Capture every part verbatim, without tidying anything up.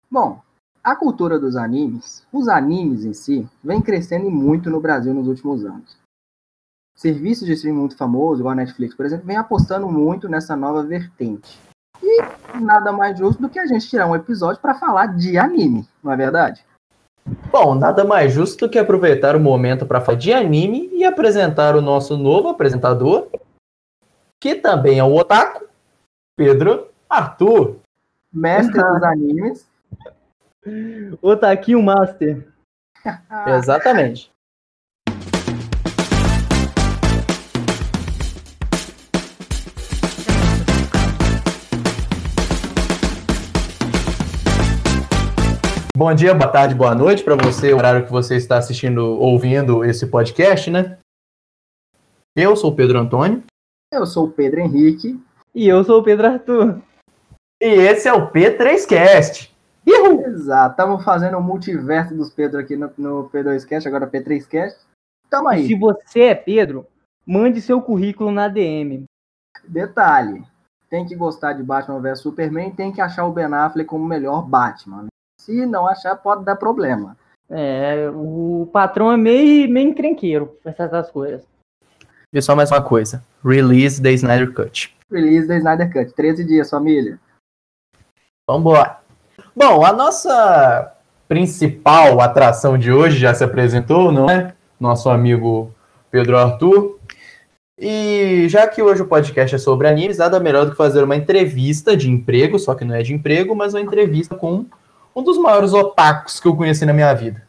Bom, a cultura dos animes, os animes em si, vem crescendo muito no Brasil nos últimos anos. Serviços de streaming muito famosos, igual a Netflix, por exemplo, vem apostando muito nessa nova vertente. E nada mais justo do que a gente tirar um episódio para falar de anime, não é verdade? Bom, nada mais justo do que aproveitar o momento para falar de anime e apresentar o nosso novo apresentador, que também é um otaku, Pedro Arthur. Mestre dos animes. Otaku Master. Exatamente. Bom dia, boa tarde, boa noite para você, o horário que você está assistindo, ouvindo esse podcast, né? Eu sou o Pedro Antônio. Eu sou o Pedro Henrique. E eu sou o Pedro Arthur. E esse é o P três Cast. Uhul. Exato, estamos fazendo o multiverso dos Pedro aqui no, no P dois Cast, agora P três Cast. Tamo aí. E se você é Pedro, mande seu currículo na D M. Detalhe, tem que gostar de Batman versus Superman e tem que achar o Ben Affleck como o melhor Batman. Se não achar, pode dar problema. É, o patrão é meio, meio encrenqueiro pra essas coisas. E só mais uma coisa. Release the Snyder Cut. Release the Snyder Cut. treze dias, família. Vambora. Bom, a nossa principal atração de hoje já se apresentou, não é? Nosso amigo Pedro Arthur. E já que hoje o podcast é sobre animes, nada melhor do que fazer uma entrevista de emprego, só que não é de emprego, mas uma entrevista com um dos maiores otakus que eu conheci na minha vida.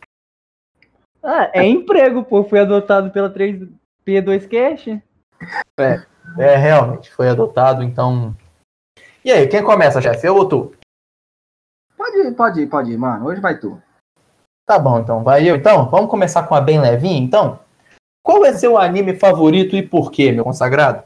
Ah, é emprego, pô. Fui adotado pela três P dois Cast. É, é, realmente, foi adotado, então... E aí, quem começa, chefe? Eu ou tu? Pode ir, pode ir, pode ir, mano. Hoje vai tu. Tá bom, então. Vai eu, então? Vamos começar com a bem levinha, então? Qual é seu anime favorito e por quê, meu consagrado?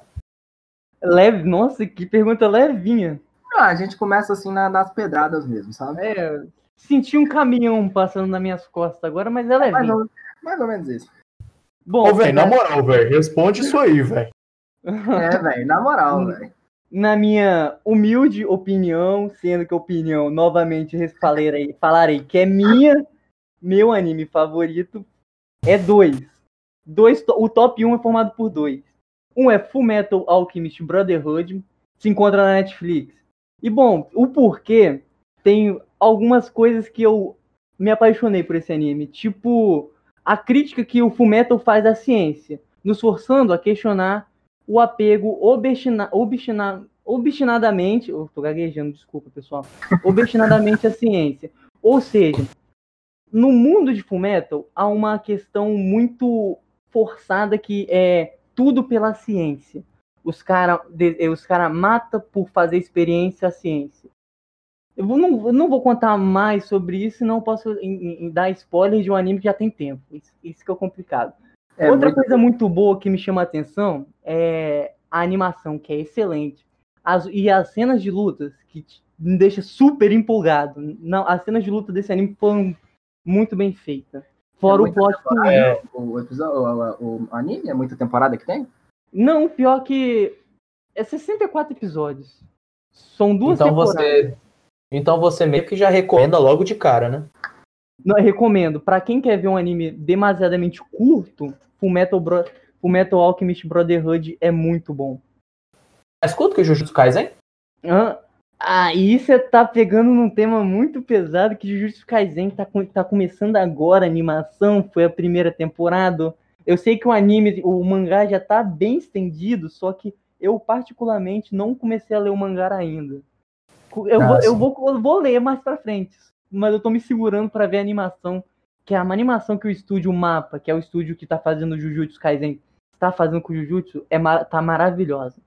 Leve... Nossa, que pergunta levinha. Ah, a gente começa assim na, nas pedradas mesmo, sabe? É, senti um caminhão passando nas minhas costas agora, mas é levinha. Mais ou, mais ou menos isso. Bom, Ô, velho, na moral, velho, responde isso aí, velho. É, velho, na moral, velho. Na minha humilde opinião, sendo que a opinião, novamente, falarei, falarei que é minha, meu anime favorito é dois. dois. O top um é formado por dois. Um é Fullmetal Alchemist Brotherhood, se encontra na Netflix. E, bom, o porquê, tem algumas coisas que eu me apaixonei por esse anime. Tipo, a crítica que o Fullmetal faz à ciência, nos forçando a questionar o apego obstina, obstina, obstinadamente... Eu tô gaguejando, desculpa, pessoal. Obstinadamente à ciência. Ou seja, no mundo de Fullmetal, há uma questão muito forçada que é tudo pela ciência. Os caras os cara matam por fazer experiência à ciência. Eu não, eu não vou contar mais sobre isso, senão eu posso em, em dar spoiler de um anime que já tem tempo. Isso, isso que é complicado. É, Outra muito... coisa muito boa que me chama a atenção é a animação, que é excelente. As, e as cenas de lutas, que me deixa super empolgado. Não, as cenas de luta desse anime foram muito bem feitas. Fora é o plot twist. É, o, episódio, o, o anime é muita temporada que tem? Não, pior que é sessenta e quatro episódios. São duas então temporadas. Você, então você meio que já recomenda logo de cara, né? Não, eu recomendo. Pra quem quer ver um anime demasiadamente curto, Fullmetal, Bro... Fullmetal Alchemist Brotherhood é muito bom. Mais curto que o Jujutsu Kaisen? Ah, aí você tá pegando num tema muito pesado, que Jujutsu Kaisen tá, tá começando agora, a animação, foi a primeira temporada. Eu sei que o anime, o mangá já tá bem estendido, só que eu particularmente não comecei a ler o mangá ainda. Eu, ah, vou, eu, vou, eu vou ler mais pra frente, mas eu tô me segurando pra ver a animação, que é uma animação que o estúdio Mapa, que é o estúdio que tá fazendo o Jujutsu Kaisen, tá fazendo com o Jujutsu, é, tá maravilhosa.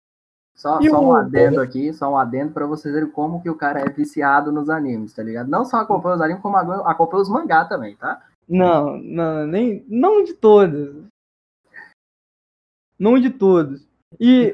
Só, só um adendo aqui, só um adendo pra vocês verem como que o cara é viciado nos animes, tá ligado? Não só acompanha os animes, como acompanha os mangá também, tá? Não, não, nem, não de todos. Não de todos. E,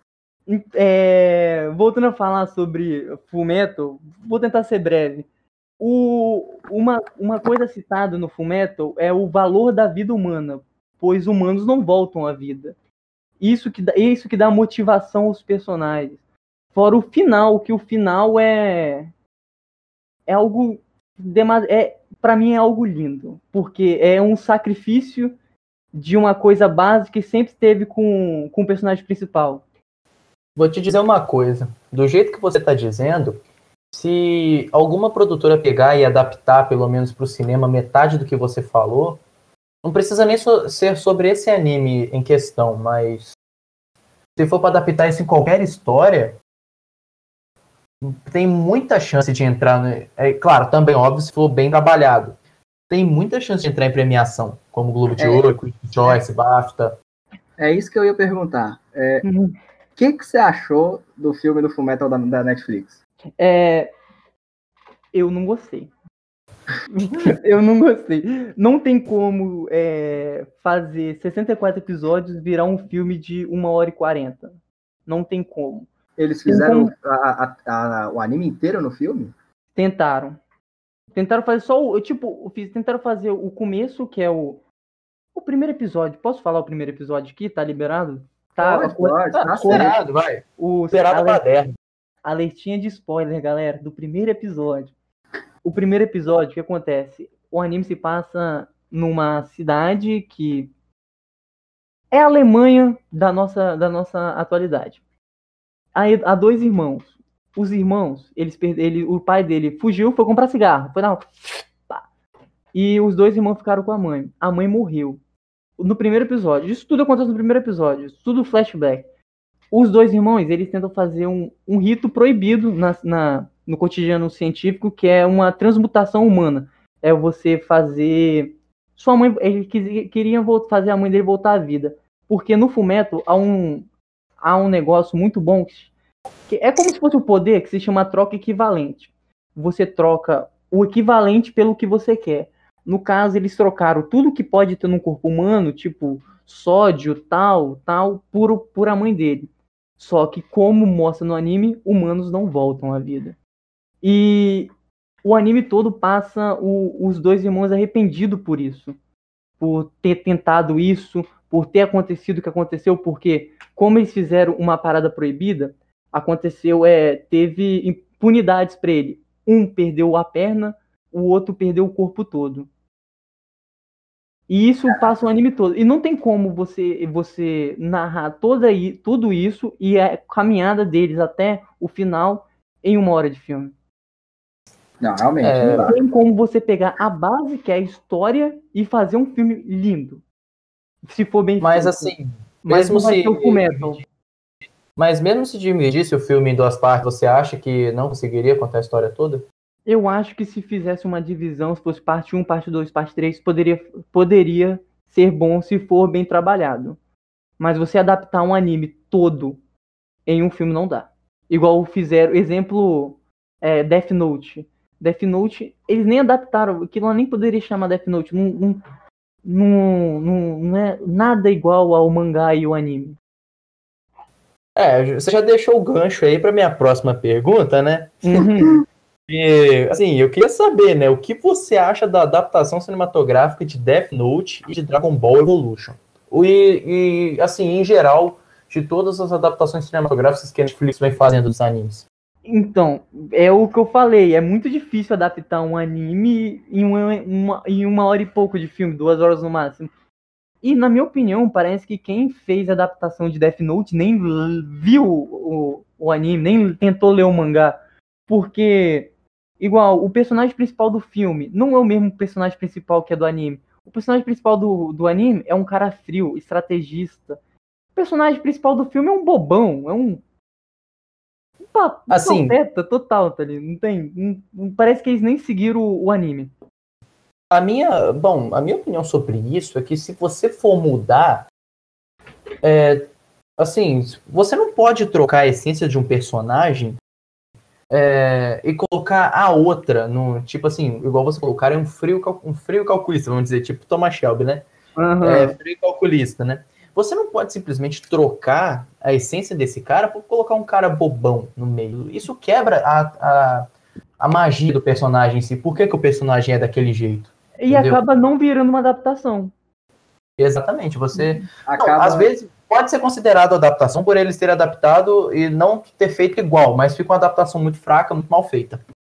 é, voltando a falar sobre Fullmetal, vou tentar ser breve. O, uma, uma coisa citada no Fullmetal é o valor da vida humana, pois humanos não voltam à vida. Isso que, isso que dá motivação aos personagens. Fora o final, que o final é... é algo demais, é para mim é algo lindo, porque é um sacrifício de uma coisa básica que sempre esteve com, com o personagem principal. Vou te dizer uma coisa, do jeito que você está dizendo, se alguma produtora pegar e adaptar, pelo menos para o cinema, metade do que você falou, não precisa nem so- ser sobre esse anime em questão, mas se for para adaptar isso em qualquer história, tem muita chance de entrar, no, é claro, também óbvio, se for bem trabalhado, tem muita chance de entrar em premiação, como Globo de É. Ouro, Critics' Choice, BAFTA. É isso que eu ia perguntar. É, Uhum. O que, que você achou do filme do Fullmetal da, da Netflix? É, eu não gostei. Eu não gostei. Não tem como é, fazer sessenta e quatro episódios virar um filme de uma hora e quarenta. Não tem como. Eles Tem fizeram como- a- a- a- o anime inteiro no filme? Tentaram. Tentaram fazer só o. Tipo, fiz- tentaram fazer o começo, que é o. O primeiro episódio. Posso falar o primeiro episódio aqui? Tá liberado? Tá, Pode, a- pode, Tá tá esperado, vai. o, Esperado ale- moderno. alertinha de spoiler, galera, do primeiro episódio. O primeiro episódio, o que acontece? O anime se passa numa cidade que é a Alemanha da nossa, da nossa atualidade. Aí há dois irmãos. Os irmãos, eles perde- ele, o pai dele fugiu, foi comprar cigarro. Foi na... Pá. E os dois irmãos ficaram com a mãe. A mãe morreu. No primeiro episódio. Isso tudo acontece no primeiro episódio. Isso tudo flashback. Os dois irmãos, eles tentam fazer um, um rito proibido na, na, no cotidiano científico, que é uma transmutação humana. É você fazer... Sua mãe... Ele quis, queria vol- fazer a mãe dele voltar à vida. Porque no Fullmetal há um, há um negócio muito bom, que, que é como se fosse o poder, que se chama troca equivalente. Você troca o equivalente pelo que você quer. No caso, eles trocaram tudo que pode ter no corpo humano, tipo sódio, tal, tal, por, por a mãe dele. Só que, como mostra no anime, humanos não voltam à vida. E o anime todo passa o, os dois irmãos arrependidos por isso. Por ter tentado isso, por ter acontecido o que aconteceu, porque como eles fizeram uma parada proibida, aconteceu, é, teve impunidades para ele. Um perdeu a perna, o outro perdeu o corpo todo. E isso passa o anime todo. E não tem como você, você narrar toda, tudo isso e a caminhada deles até o final em uma hora de filme. Não, realmente, É, não dá. Não tem como você pegar a base, que é a história, e fazer um filme lindo. Se for bem Mas feito. assim, Mas mesmo não vai se ser o Fullmetal. mas mesmo se dividisse o filme em duas partes, você acha que não conseguiria contar a história toda? Eu acho que se fizesse uma divisão, se fosse parte um, parte dois, parte três, poderia, poderia ser bom se for bem trabalhado. Mas você adaptar um anime todo em um filme não dá. Igual fizeram, exemplo, é, Death Note. Death Note, eles nem adaptaram, aquilo nem poderia chamar Death Note. Não, não, não, não, não é nada igual ao mangá e o anime. É, você já deixou o gancho aí para minha próxima pergunta, né? Uhum. E, assim, eu queria saber, né, o que você acha da adaptação cinematográfica de Death Note e de Dragon Ball Evolution? E, e, assim, em geral, de todas as adaptações cinematográficas que a Netflix vem fazendo dos animes. Então, é o que eu falei, é muito difícil adaptar um anime em uma, uma, em uma hora e pouco de filme, duas horas no máximo. E, na minha opinião, parece que quem fez a adaptação de Death Note nem l- viu o, o anime, nem tentou ler o mangá. Porque, igual, o personagem principal do filme não é o mesmo personagem principal que é do anime. O personagem principal do, do anime é um cara frio, estrategista. O personagem principal do filme é um bobão, é um um pa- um Assim- pateta total, tá ali. Não tem. não- não- parece que eles nem seguiram o, o anime. A minha, bom, a minha opinião sobre isso é que se você for mudar, é, assim, você não pode trocar a essência de um personagem é, e colocar a outra no, tipo assim, igual você falou, o cara é um frio, cal- um frio calculista, vamos dizer, tipo Thomas Shelby, né? É, frio calculista, né? Você não pode simplesmente trocar a essência desse cara por colocar um cara bobão no meio. Isso quebra a, a, a magia do personagem em si. Por que, que o personagem é daquele jeito? E Entendeu? acaba não virando uma adaptação. Exatamente, você... Não, Acaba... às vezes pode ser considerado adaptação por eles terem adaptado e não ter feito igual, mas fica uma adaptação muito fraca, muito mal feita.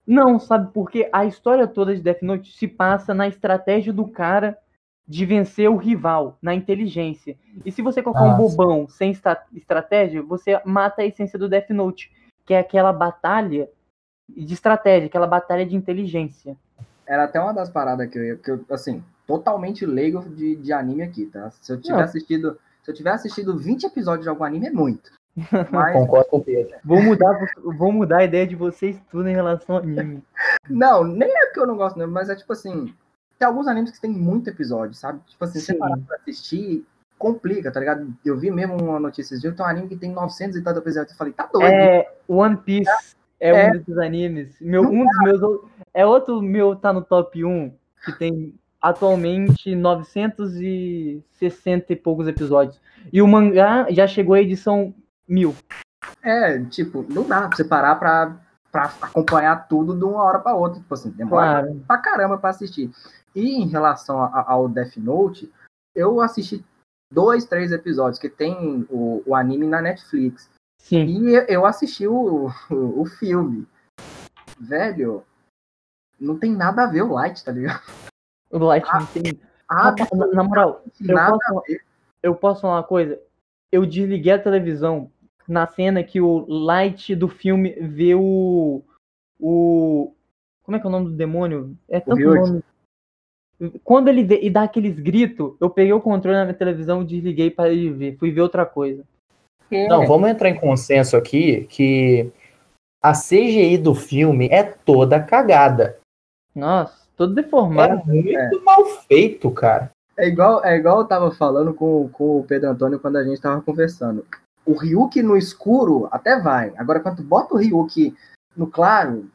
Não, sabe, porque a história toda de Death Note se passa na estratégia do cara de vencer o rival, na inteligência. E se você colocar um Ah, sim. bobão sem esta- estratégia, você mata a essência do Death Note, que é aquela batalha de estratégia, aquela batalha de inteligência. Era até uma das paradas que eu ia, que eu, assim, totalmente leigo de, de anime aqui, tá? Se eu tiver Não. assistido, se eu tiver assistido vinte episódios de algum anime, é muito. Mas, Concordo com o Pedro. Vou mudar, vou mudar a ideia de vocês tudo em relação ao anime. não, nem é porque eu não gosto, não, mas é tipo assim, tem alguns animes que tem muito episódio, sabe? Tipo assim, você Sim. parar pra assistir, complica, tá ligado? Eu vi mesmo uma notícia de tem um anime que tem novecentos e tantos episódios, eu falei, tá doido. É, One Piece é, É. um desses animes. Meu, Não um dos meus. É outro meu, tá no top um, que tem atualmente novecentos e sessenta e poucos episódios. E o mangá já chegou à edição mil. É, tipo, não dá pra você parar pra, pra acompanhar tudo de uma hora pra outra. Tipo assim, demora Claro. pra caramba pra assistir. E em relação a- ao Death Note, eu assisti dois, três episódios, que tem o, o anime na Netflix. Sim. E eu assisti o, o, o filme. Velho, não tem nada a ver o Light, tá ligado? O Light não tem. Ah, Rapaz, na, na moral, eu nada posso, a ver. eu posso falar uma coisa? Eu desliguei a televisão na cena que o Light do filme vê o. O. Como é que é o nome do demônio? É tanto Ryuk. nome. Quando ele vê e dá aqueles gritos, eu peguei o controle na minha televisão e desliguei para ele ver. Fui ver outra coisa. É. Não, vamos entrar em consenso aqui que a C G I do filme é toda cagada. Nossa, todo É deformado. muito É. mal feito, cara. É igual, é igual eu tava falando com, com o Pedro Antônio quando a gente tava conversando. O Ryuk no escuro até vai. Agora, quando tu bota o Ryuk no claro,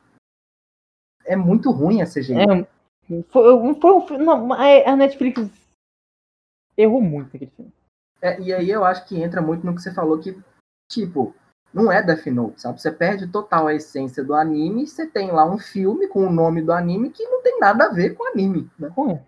é muito ruim a C G I. É, foi, foi um filme. Não, a Netflix errou muito aquele filme. É, e aí eu acho que entra muito no que você falou que, tipo, não é Death Note, sabe? Você perde total a essência do anime e você tem lá um filme com o nome do anime que não tem nada a ver com o anime, né? Ué.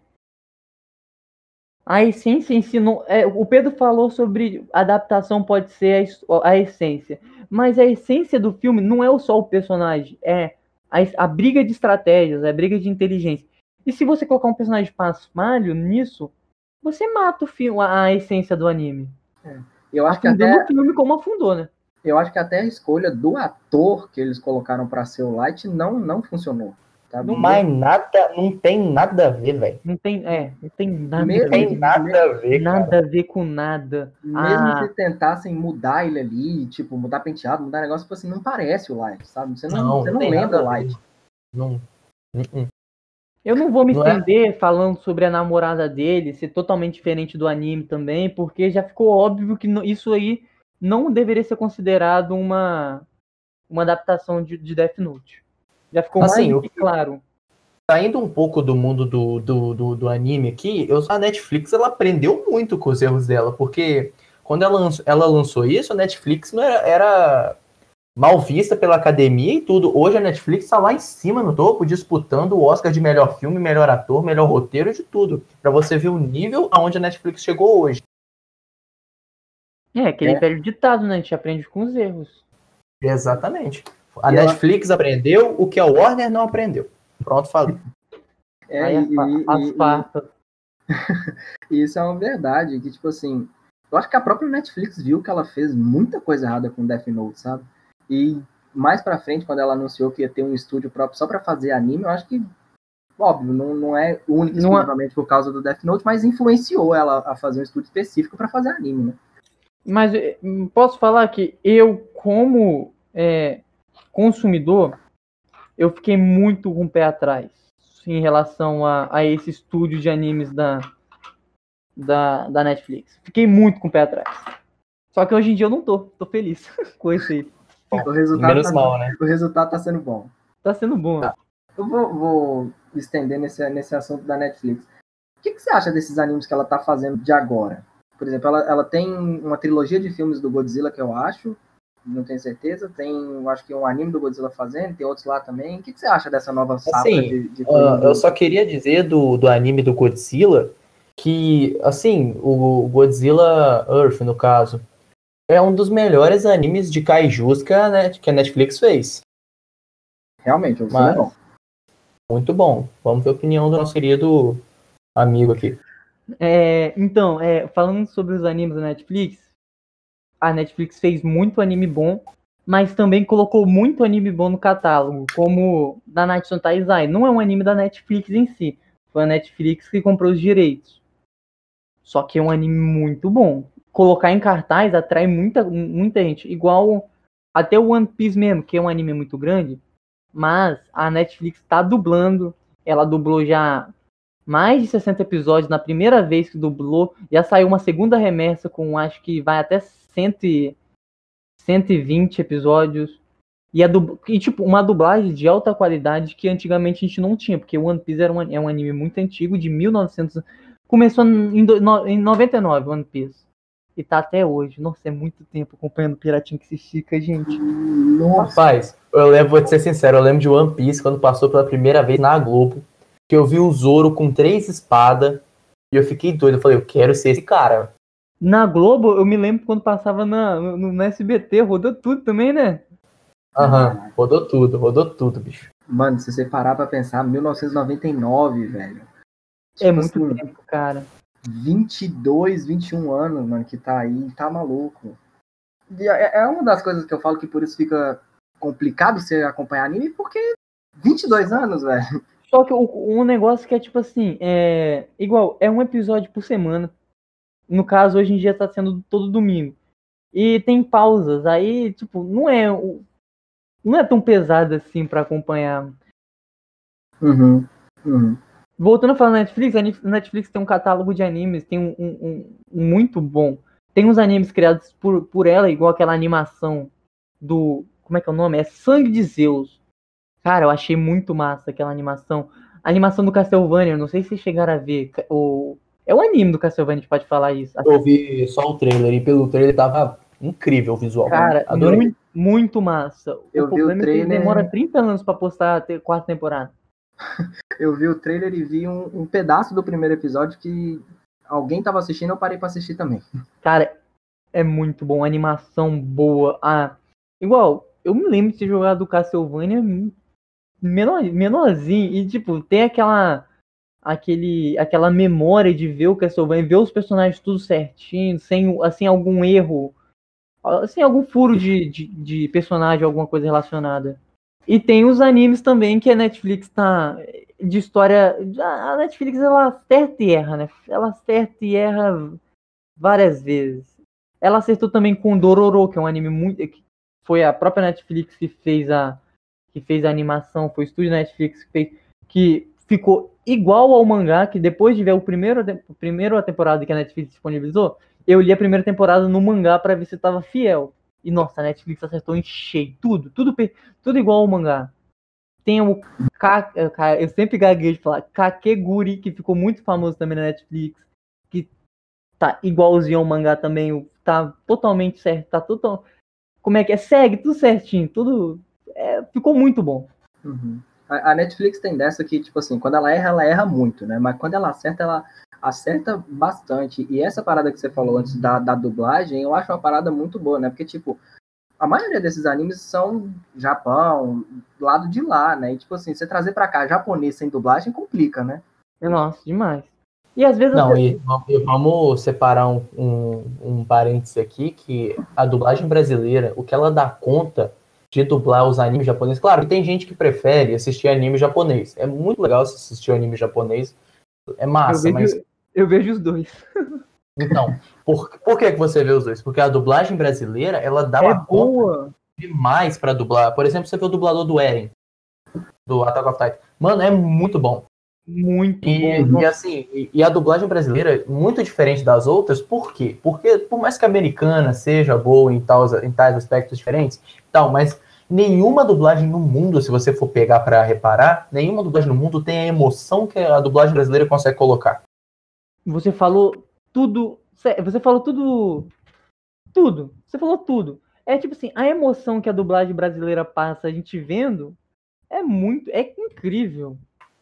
A essência em si não. É, o Pedro falou sobre adaptação pode ser a, a essência. Mas a essência do filme não é só o personagem, é a, a briga de estratégias, a briga de inteligência. E se você colocar um personagem pasmalho nisso, você mata o filme, a, a essência do anime. É. Eu acho Afundando que até, o filme como afundou, né? eu acho que até a escolha do ator que eles colocaram para ser o Light não, não funcionou. Tá? Não, Mas nada, não tem nada a ver, velho. não tem, é, não tem nada Mesmo- a ver. Não tem nada a ver, cara. Nada a ver com nada. Mesmo Ah, se tentassem mudar ele ali, tipo, mudar penteado, mudar negócio, tipo assim, não parece o Light, sabe? Você não, Não, você não não tem lembra nada o a ver. Light. Não. Uh-uh. eu não vou me Não é? estender falando sobre a namorada dele, ser totalmente diferente do anime também, porque já ficou óbvio que não- isso aí não deveria ser considerado uma, uma adaptação de, de Death Note. Já ficou Assim, mais do o que que- claro. Saindo um pouco do mundo do, do, do, do anime aqui, eu, a Netflix ela aprendeu muito com os erros dela, porque quando ela lançou, ela lançou isso, a Netflix não era, era mal vista pela academia e tudo. Hoje a Netflix está lá em cima no topo, disputando o Oscar de melhor filme, melhor ator, melhor roteiro, de tudo. Para você ver o nível aonde a Netflix chegou hoje. É, aquele É. velho ditado, né? A gente aprende com os erros. Exatamente. A E ela- Netflix aprendeu o que a Warner não aprendeu. Pronto, falei. É, Aí e, as, fa- e- as e- farpas. e isso é uma verdade, que, tipo assim, eu acho que a própria Netflix viu que ela fez muita coisa errada com Death Note, sabe? E mais pra frente, quando ela anunciou que ia ter um estúdio próprio só pra fazer anime, eu acho que, óbvio, não, não é único e Não é- exclusivamente por causa do Death Note, mas influenciou ela a fazer um estúdio específico pra fazer anime, né? Mas eh, posso falar que eu, como é, consumidor, eu fiquei muito com o pé atrás em relação a, a esse estúdio de animes da, da, da Netflix. Fiquei muito com o pé atrás. Só que hoje em dia eu não tô. Tô feliz com isso aí. O resultado, Menos tá, mal, né? o resultado tá sendo bom. Tá sendo bom. Tá. Eu vou, vou estender nesse, nesse assunto da Netflix. O que, que você acha desses animes que ela tá fazendo de agora? Por exemplo, ela, ela tem uma trilogia de filmes do Godzilla que eu acho, não tenho certeza. Tem, eu acho que um anime do Godzilla fazendo, tem outros lá também. O que, que você acha dessa nova safra Assim, de, de Uh, coisa? eu só queria dizer do, do anime do Godzilla que, assim, o Godzilla Earth, no caso, é um dos melhores animes de kaijus que a, Net, que a Netflix fez. Realmente, o filme Mas, é bom. Muito bom. Vamos ver a opinião do nosso querido amigo aqui. É, então, é, falando sobre os animes da Netflix, a Netflix fez muito anime bom, mas também colocou muito anime bom no catálogo, como Nanatsu no Taizai. Não é um anime da Netflix em si, foi a Netflix que comprou os direitos. Só que é um anime muito bom. Colocar em cartaz atrai muita, muita gente. Igual até o One Piece mesmo, que é um anime muito grande, mas a Netflix está dublando. Ela dublou já mais de sessenta episódios na primeira vez que dublou. Já saiu uma segunda remessa com acho que vai até cento e vinte episódios. E, a dub... e tipo, uma dublagem de alta qualidade que antigamente a gente não tinha, porque o One Piece era um, é um anime muito antigo, de mil e novecentos. Começou em, do... no... em noventa e nove, One Piece. E tá até hoje. Nossa, é muito tempo acompanhando o Piratinho que se estica, gente. Nossa. Rapaz, eu lembro, vou te ser sincero, eu lembro de One Piece quando passou pela primeira vez na Globo, que eu vi o Zoro com três espadas e eu fiquei doido. Eu falei, eu quero ser esse cara. Na Globo, eu me lembro quando passava na, no, no S B T, rodou tudo também, né? Aham, uhum. rodou tudo, rodou tudo, bicho. Mano, se você parar pra pensar, mil novecentos e noventa e nove, velho. Tipo é muito assim, tempo, cara. vinte e dois, vinte e um anos, mano, que tá aí, tá maluco. E é, é uma das coisas que eu falo que por isso fica complicado você acompanhar anime, porque vinte e dois anos, velho. Só que um negócio que é tipo assim, é igual, é um episódio por semana. No caso, hoje em dia tá sendo todo domingo. E tem pausas, aí, tipo, não é não é tão pesado assim pra acompanhar. Uhum, uhum. Voltando a falar na Netflix, a Netflix tem um catálogo de animes, tem um, um, um muito bom. Tem uns animes criados por, por ela, igual aquela animação do... Como é que é o nome? É Sangue de Zeus. Cara, eu achei muito massa aquela animação. A animação do Castlevania, não sei se vocês chegaram a ver. O... É o anime do Castlevania, a gente pode falar isso. Eu vi só o trailer, e pelo trailer tava incrível o visual. Cara, adorei. Muito, muito massa. Eu o problema vi o trailer... é que demora trinta anos pra postar a quarta temporada. Eu vi o trailer e vi um, um pedaço do primeiro episódio que alguém tava assistindo, eu parei pra assistir também. Cara, é muito bom, animação boa. Ah, igual, eu me lembro de ter jogado Castlevania menor, menorzinho e, tipo, tem aquela aquele, aquela memória de ver o Castlevania, ver os personagens tudo certinho, sem, assim, algum erro, sem algum furo de, de, de personagem, alguma coisa relacionada. E tem os animes também que a Netflix tá de história. A Netflix ela acerta e erra, né? Ela acerta e erra várias vezes. Ela acertou também com Dororo, que é um anime muito. Que foi a própria Netflix que fez a, que fez a animação, foi o estúdio Netflix que fez. Que ficou igual ao mangá, que depois de ver o primeiro, a primeira temporada que a Netflix disponibilizou, eu li a primeira temporada no mangá para ver se estava fiel. E nossa, a Netflix acertou em cheio. Tudo, tudo, tudo igual ao mangá. Tem o Ka, eu sempre gaguejo de falar Kakeguri, que ficou muito famoso também na Netflix. Que tá igualzinho ao mangá também. Tá totalmente certo. Tá total. Como é que é? Segue tudo certinho. Tudo. É, ficou muito bom. Uhum. A, a Netflix tem dessa que, tipo assim, quando ela erra, ela erra muito, né? Mas quando ela acerta, ela acerta bastante. E essa parada que você falou antes da, da dublagem, eu acho uma parada muito boa, né? Porque, tipo, a maioria desses animes são Japão, lado de lá, né? E, tipo assim, você trazer pra cá japonês sem dublagem complica, né? Nossa, demais. E às vezes... Não, e, e vamos separar um, um, um parênteses aqui, que a dublagem brasileira, o que ela dá conta de dublar os animes japoneses... Claro, tem gente que prefere assistir anime japonês. É muito legal assistir anime japonês. É massa, eu vejo, mas... Eu vejo os dois. Então, por, por que, que você vê os dois? Porque a dublagem brasileira, ela dá é uma boa. conta demais pra dublar. Por exemplo, você vê o dublador do Eren, do Attack of Titan. Mano, é muito bom. Muito e, bom. E assim, e, e a dublagem brasileira é muito diferente das outras, por quê? Porque por mais que a americana seja boa em, tais, em tais aspectos diferentes, tal, mas nenhuma dublagem no mundo, se você for pegar pra reparar, nenhuma dublagem no mundo tem a emoção que a dublagem brasileira consegue colocar. Você falou tudo, você falou tudo, tudo, você falou tudo. É tipo assim, a emoção que a dublagem brasileira passa, a gente vendo, é muito, é incrível.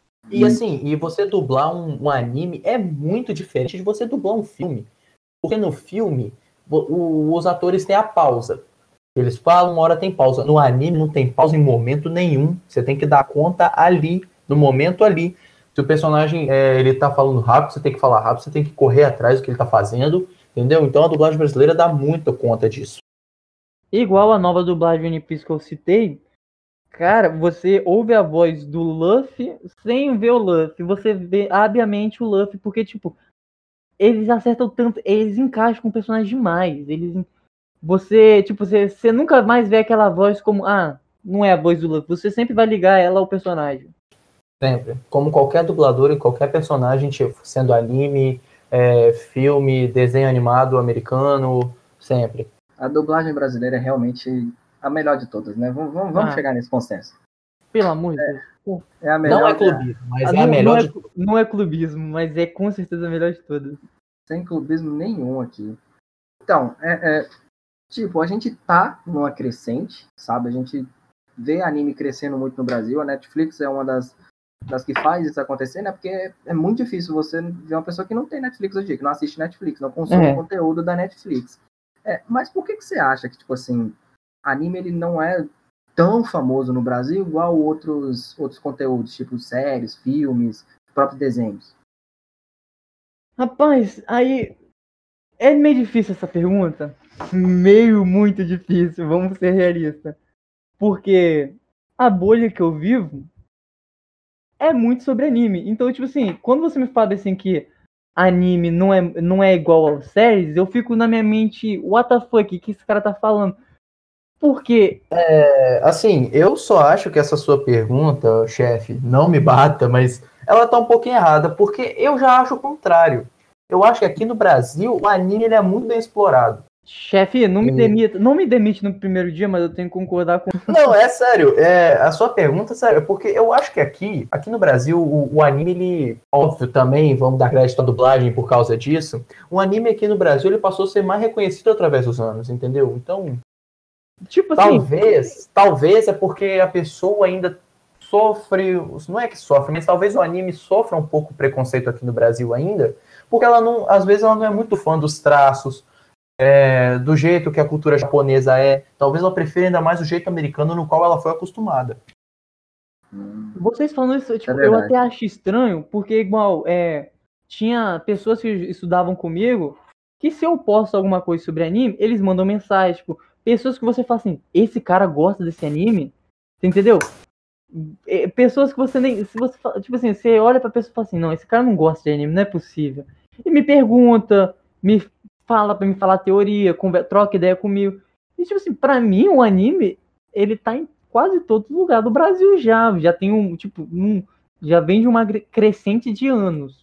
E assim, e você dublar um, um anime é muito diferente de você dublar um filme. Porque no filme, o, os atores têm a pausa. Eles falam, uma hora tem pausa. No anime não tem pausa em momento nenhum. Você tem que dar conta ali, no momento ali. Se o personagem é, ele tá falando rápido, você tem que falar rápido, você tem que correr atrás do que ele tá fazendo, entendeu? Então a dublagem brasileira dá muita conta disso. Igual a nova dublagem de One Piece que eu citei, cara, você ouve a voz do Luffy sem ver o Luffy. Você vê habilmente o Luffy, porque, tipo, eles acertam tanto, eles encaixam com o personagem demais. Eles, você, tipo, você, você nunca mais vê aquela voz como, ah, não é a voz do Luffy. Você sempre vai ligar ela ao personagem. Sempre. Como qualquer dublador e qualquer personagem, tipo, sendo anime, é, filme, desenho animado americano, sempre. A dublagem brasileira é realmente a melhor de todas, né? Vamos, vamos, vamos Ah. chegar nesse consenso. Pelo amor de Deus. É a melhor. Não é clubismo, mas Ah, é a não, melhor não, de é, não é clubismo, mas é com certeza a melhor de todas. Sem clubismo nenhum aqui. Então, é, é, tipo, a gente tá numa crescente, sabe? A gente vê anime crescendo muito no Brasil. A Netflix é uma das, das que faz isso acontecer, né? Porque é, é muito difícil você ver uma pessoa que não tem Netflix hoje em dia, que não assiste Netflix, não consome É. conteúdo da Netflix. É, mas por que, que você acha que, tipo assim, anime ele não é tão famoso no Brasil igual outros, outros conteúdos, tipo séries, filmes, próprios desenhos? Rapaz, aí é meio difícil essa pergunta. Meio muito difícil, vamos ser realistas. Porque a bolha que eu vivo é muito sobre anime. Então, tipo assim, quando você me fala assim que anime não é, não é igual aos séries, eu fico na minha mente, what the fuck, o que esse cara tá falando? Porque, É, assim, eu só acho que essa sua pergunta, chefe, não me bata, mas ela tá um pouquinho errada, porque eu já acho o contrário. Eu acho que aqui no Brasil o anime ele é muito bem explorado. chefe, não me Hum. demita, não me demite no primeiro dia, mas eu tenho que concordar com. Não, é sério. É, a sua pergunta é sério, é porque eu acho que aqui, aqui no Brasil, o, o anime, ele, óbvio também, vamos dar crédito à dublagem por causa disso, o anime aqui no Brasil, ele passou a ser mais reconhecido através dos anos, entendeu? Então, Tipo assim, talvez, talvez é porque a pessoa ainda sofre, não é que sofre, mas talvez o anime sofra um pouco preconceito aqui no Brasil ainda, porque ela não, às vezes ela não é muito fã dos traços, É, do jeito que a cultura japonesa é. Talvez ela prefira ainda mais o jeito americano no qual ela foi acostumada. vocês falando isso, tipo, É eu verdade. até acho estranho, porque igual, é, tinha pessoas que estudavam comigo, que se eu posto alguma coisa sobre anime, eles mandam mensagem, tipo, pessoas que você fala assim, esse cara gosta desse anime, você entendeu? É, pessoas que você nem, se você, fala- tipo assim, você olha pra pessoa e fala assim, não, esse cara não gosta de anime, não é possível. E me pergunta, me fala pra me falar teoria, conver- troca ideia comigo. E tipo assim, pra mim o anime, ele tá em quase todo lugar do Brasil já, já tem um, tipo, um, já vem de uma gre- crescente de anos.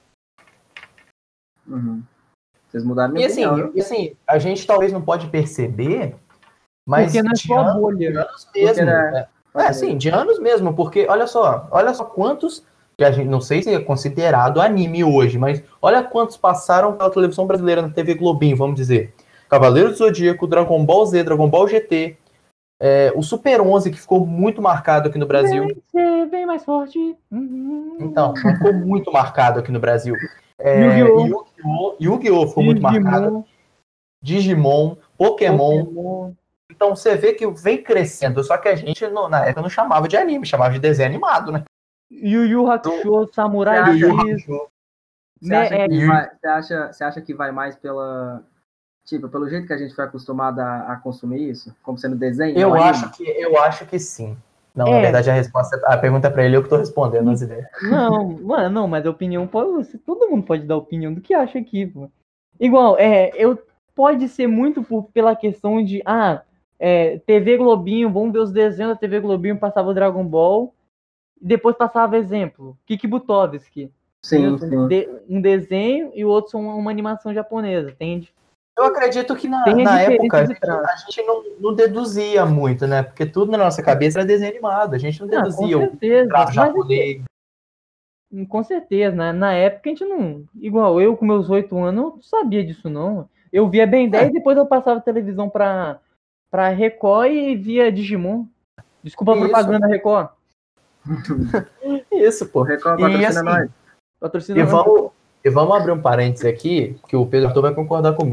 Uhum. Vocês mudaram E minha assim, opinião, viu? e assim, a gente talvez não pode perceber, mas Porque não é de só a anos, de bolha. anos mesmo. né? É, é, sim, de anos mesmo, porque olha só, olha só quantos, que a gente não sei se é considerado anime hoje, mas olha quantos passaram pela televisão brasileira na T V Globinho, vamos dizer. Cavaleiro do Zodíaco, Dragon Ball Z, Dragon Ball G T, é, o Super onze, que ficou muito marcado aqui no Brasil. Você vem mais forte. Uhum. Então, ficou muito marcado aqui no Brasil. É, Yu-Gi-Oh! Yu-Gi-Oh! Yu-Gi-Oh! Ficou muito marcado. Digimon, Digimon, Pokémon. Pokémon. Então você vê que vem crescendo, só que a gente não- na época não chamava de anime, chamava de desenho animado, né? Yu Yu Hakusho, Samurai Você Yu Yu X, Hakusho. Você acha, né, que é- vai, você, acha, você acha que vai mais pela. Tipo, pelo jeito que a gente foi acostumado a, a consumir isso? Como sendo desenho? Eu não acho anime? que eu acho que sim. Não, É. na verdade a resposta, a pergunta é para ele, eu que tô respondendo as ideias. Não, mano, não, mas a opinião pode. Todo mundo pode dar opinião do que acha aqui, pô. Igual, é, eu pode ser muito por, pela questão de, ah, é, T V Globinho, vamos ver os desenhos da T V Globinho, passava o Dragon Ball, e depois passava exemplo, Kiki Butovski. Sim, Entendeu? sim. De- um desenho e o outro são uma animação japonesa. Tem, Eu acredito que na, tem a na diferença época a de gente, traço. a gente não, não deduzia muito, né? Porque tudo na nossa cabeça era desenho animado. A gente não Ah, com deduzia o certeza. traço Mas japonês. com certeza, né? Na época a gente não. Igual eu, com meus oito anos, eu não sabia disso, não. Eu via Ben dez e depois eu passava a televisão pra, pra Record e via Digimon. Desculpa a Isso. propaganda, Record. Isso, O pô. Record E patrocina assim, nós. Patrocina E nós. vamos, e vamos abrir um parênteses aqui, que o Pedro Arthur vai concordar comigo.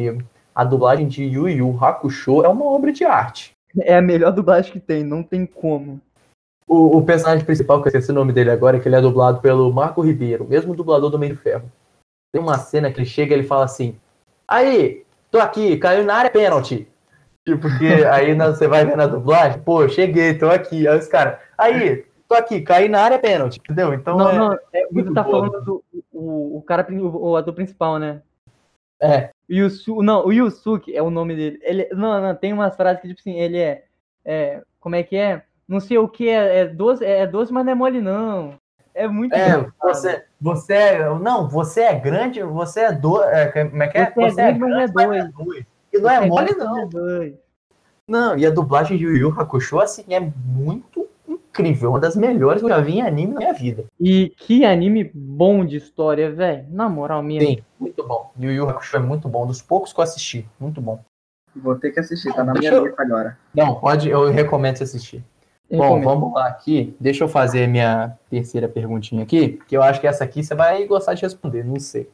a dublagem de Yu Yu Hakusho é uma obra de arte. É a melhor dublagem que tem, não tem como. O, o personagem principal, que eu esqueci o nome dele agora, é que ele é dublado pelo Marco Ribeiro, mesmo dublador do Meio de Ferro. Tem uma cena que ele chega e ele fala assim, aí, tô aqui, caiu na área pênalti. Tipo, porque aí você vai ver na dublagem, pô, cheguei, tô aqui. Aí os caras, aí, tô aqui, caí na área pênalti, entendeu? Então não, é, não, é você muito tá boa. falando do o, o cara, o, o ator principal, né? É. Yusu, não, o Yusuke é o nome dele. Ele, não, não, tem umas frases que, tipo assim, ele é, é como é que é? Não sei o que, é, é doce, é doce, mas não é mole, não. É muito É, engraçado. você, você é, não, você é grande, você é do, é, como é que é? Você é Você é grande, mas não é grande, mas não é dois. dois. E não Você é é mole, grande, mas não. é dois. Não, e a dublagem de Yu Yu Hakusho, assim, é muito incrível. Uma das melhores que eu já vi em anime na minha vida. E que anime bom de história, velho. Na moral mesmo. Sim, muito bom. Yu Yu Hakusho é muito bom, dos poucos que eu assisti. Muito bom. Vou ter que assistir, tá na Deixa minha eu- lista agora. Não, pode, eu recomendo você assistir. Eu Bom, recomendo. vamos lá aqui. Deixa eu fazer minha terceira perguntinha aqui, que eu acho que essa aqui você vai gostar de responder, não sei.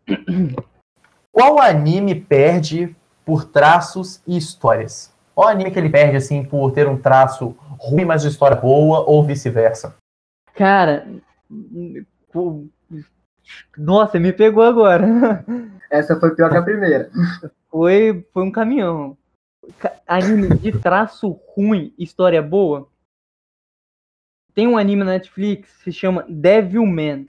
Qual anime perde por traços e histórias? Qual anime que ele perde, assim, por ter um traço ruim, mas de história boa, ou vice-versa? Cara, pô, nossa, me pegou agora. Essa foi pior que a primeira. Foi, foi um caminhão. Ca- Anime de traço ruim, história boa. Tem um anime na Netflix que se chama Devilman.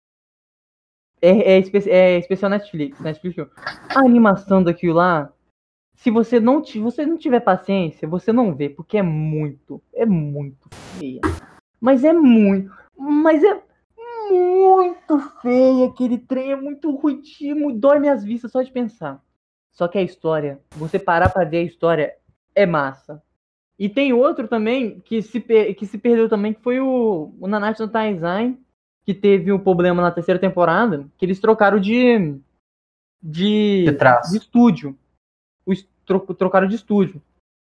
É, é, espe- é especial Netflix. Netflix. A animação daquilo lá, se você não, ti- você não tiver paciência, você não vê, porque é muito, é muito feia. Mas é muito, mas é muito feia. Aquele trem é muito ruidinho, dói minhas vistas só de pensar. Só que a história, você parar pra ver a história, é massa. E tem outro também que se, per- que se perdeu também, que foi o, o Nanatsu no Taizai, que teve um problema na terceira temporada, que eles trocaram de, de, De traço. de estúdio. O, es- tro- trocaram de estúdio.